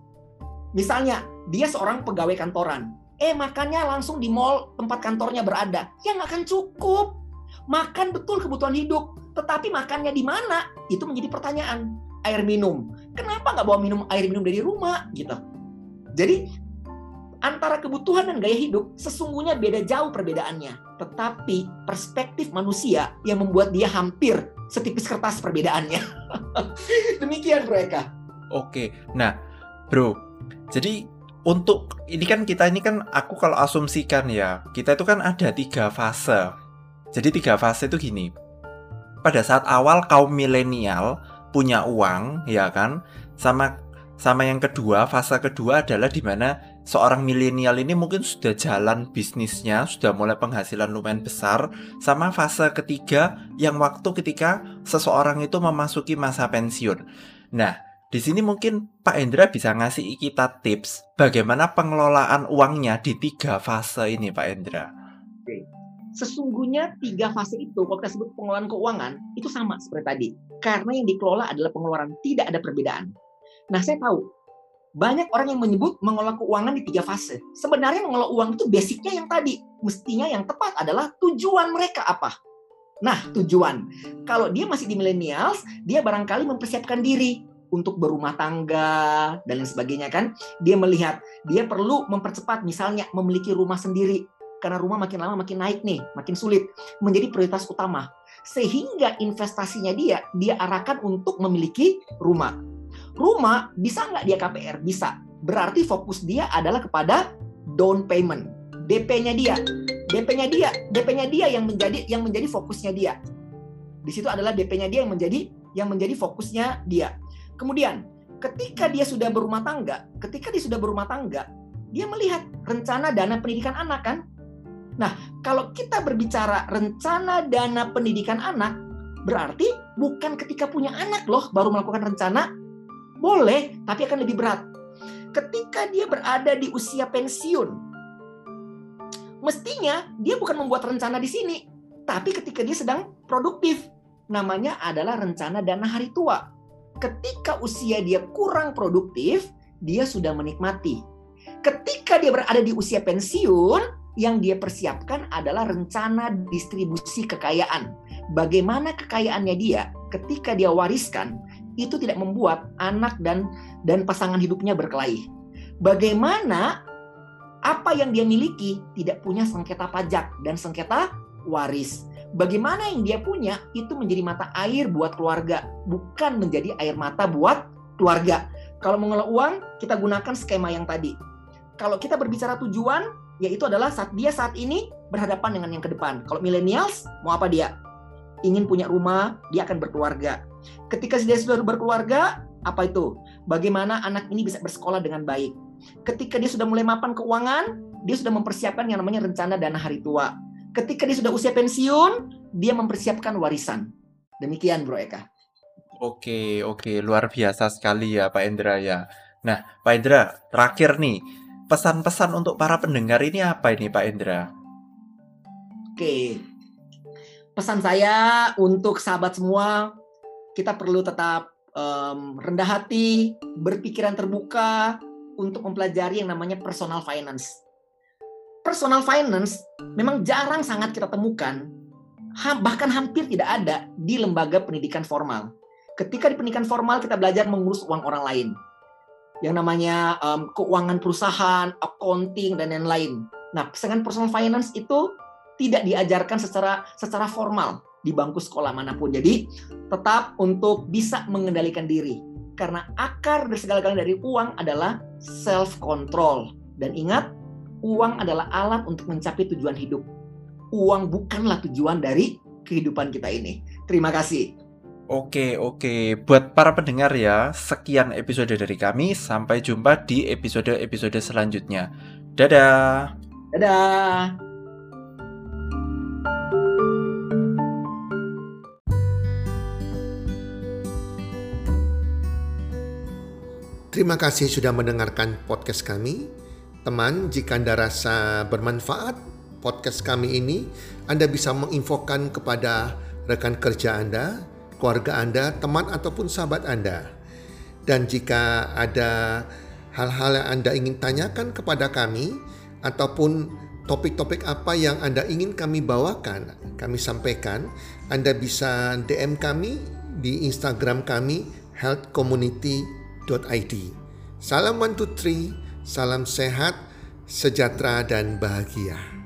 Misalnya, dia seorang pegawai kantoran. Eh, makannya langsung di mall tempat kantornya berada. Ya nggak akan cukup. Makan betul kebutuhan hidup. Tetapi makannya di mana? Itu menjadi pertanyaan. Air minum. Kenapa nggak bawa minum air minum dari rumah? Gitu. Jadi, antara kebutuhan dan gaya hidup, sesungguhnya beda jauh perbedaannya. Tetapi, perspektif manusia yang membuat dia hampir setipis kertas perbedaannya. Demikian, Bro Eka. Oke, nah, Bro, jadi untuk, ini kan kita, ini kan aku kalau asumsikan ya, kita itu kan ada tiga fase. Jadi tiga fase itu gini. Pada saat awal kaum milenial punya uang, ya kan? Sama sama yang kedua, fase kedua adalah di mana seorang milenial ini mungkin sudah jalan bisnisnya, sudah mulai penghasilan lumayan besar. Sama fase ketiga yang waktu ketika seseorang itu memasuki masa pensiun. Nah, di sini mungkin Pak Hendra bisa ngasih kita tips bagaimana pengelolaan uangnya di tiga fase ini, Pak Hendra. Oke. Sesungguhnya tiga fase itu, kalau kita sebut pengelolaan keuangan, itu sama seperti tadi. Karena yang dikelola adalah pengeluaran, tidak ada perbedaan. Nah, saya tahu, banyak orang yang menyebut mengelola keuangan di tiga fase. Sebenarnya mengelola uang itu basicnya yang tadi. Mestinya yang tepat adalah tujuan mereka apa. Nah, tujuan. Kalau dia masih di millennials, dia barangkali mempersiapkan diri untuk berumah tangga, dan lain sebagainya kan. Dia melihat, dia perlu mempercepat misalnya memiliki rumah sendiri. Karena rumah makin lama makin naik nih, makin sulit. Menjadi prioritas utama. Sehingga investasinya dia, dia arahkan untuk memiliki rumah. Rumah bisa nggak dia K P R? Bisa. Berarti fokus dia adalah kepada down payment. D P-nya dia. D P-nya dia. D P-nya dia yang menjadi yang menjadi fokusnya dia. Di situ adalah D P-nya dia yang menjadi yang menjadi fokusnya dia. Kemudian, ketika dia sudah berumah tangga, ketika dia sudah berumah tangga, dia melihat rencana dana pendidikan anak kan? Nah, kalau kita berbicara rencana dana pendidikan anak, berarti bukan ketika punya anak loh baru melakukan rencana. Boleh, tapi akan lebih berat. Ketika dia berada di usia pensiun, mestinya dia bukan membuat rencana di sini, tapi ketika dia sedang produktif. Namanya adalah rencana dana hari tua. Ketika usia dia kurang produktif, dia sudah menikmati. Ketika dia berada di usia pensiun, yang dia persiapkan adalah rencana distribusi kekayaan. Bagaimana kekayaannya dia ketika dia wariskan, itu tidak membuat anak dan dan pasangan hidupnya berkelahi. Bagaimana apa yang dia miliki tidak punya sengketa pajak dan sengketa waris. Bagaimana yang dia punya itu menjadi mata air buat keluarga, bukan menjadi air mata buat keluarga. Kalau mengelola uang, kita gunakan skema yang tadi. Kalau kita berbicara tujuan, yaitu adalah saat dia saat ini berhadapan dengan yang ke depan. Kalau millennials, mau apa dia? Ingin punya rumah, dia akan berkeluarga. Ketika dia sudah berkeluarga, apa itu? Bagaimana anak ini bisa bersekolah dengan baik. Ketika dia sudah mulai mapan keuangan, dia sudah mempersiapkan yang namanya rencana dana hari tua. Ketika dia sudah usia pensiun, dia mempersiapkan warisan. Demikian Bro Eka. Oke, oke, luar biasa sekali ya Pak Hendra ya. Nah, Pak Hendra, terakhir nih, pesan-pesan untuk para pendengar ini apa ini Pak Hendra? Oke, pesan saya untuk sahabat semua, kita perlu tetap um, rendah hati, berpikiran terbuka untuk mempelajari yang namanya personal finance. Personal finance memang jarang sangat kita temukan, bahkan hampir tidak ada di lembaga pendidikan formal. Ketika di pendidikan formal kita belajar mengurus uang orang lain, yang namanya um, keuangan perusahaan, accounting, dan lain-lain. Nah, sedangkan personal finance itu tidak diajarkan secara secara formal di bangku sekolah manapun. Jadi, tetap untuk bisa mengendalikan diri. Karena akar dari segala-galanya dari uang adalah self-control. Dan ingat, uang adalah alat untuk mencapai tujuan hidup. Uang bukanlah tujuan dari kehidupan kita ini. Terima kasih. Oke, oke. Buat para pendengar ya, sekian episode dari kami. Sampai jumpa di episode-episode selanjutnya. Dadah! Dadah! Terima kasih sudah mendengarkan podcast kami. Teman, jika Anda rasa bermanfaat podcast kami ini, Anda bisa menginfokan kepada rekan kerja Anda, keluarga Anda, teman ataupun sahabat Anda. Dan jika ada hal-hal yang Anda ingin tanyakan kepada kami, ataupun topik-topik apa yang Anda ingin kami bawakan, kami sampaikan, Anda bisa D M kami di Instagram kami health community dot i d. Salam one two three, salam sehat, sejahtera dan bahagia.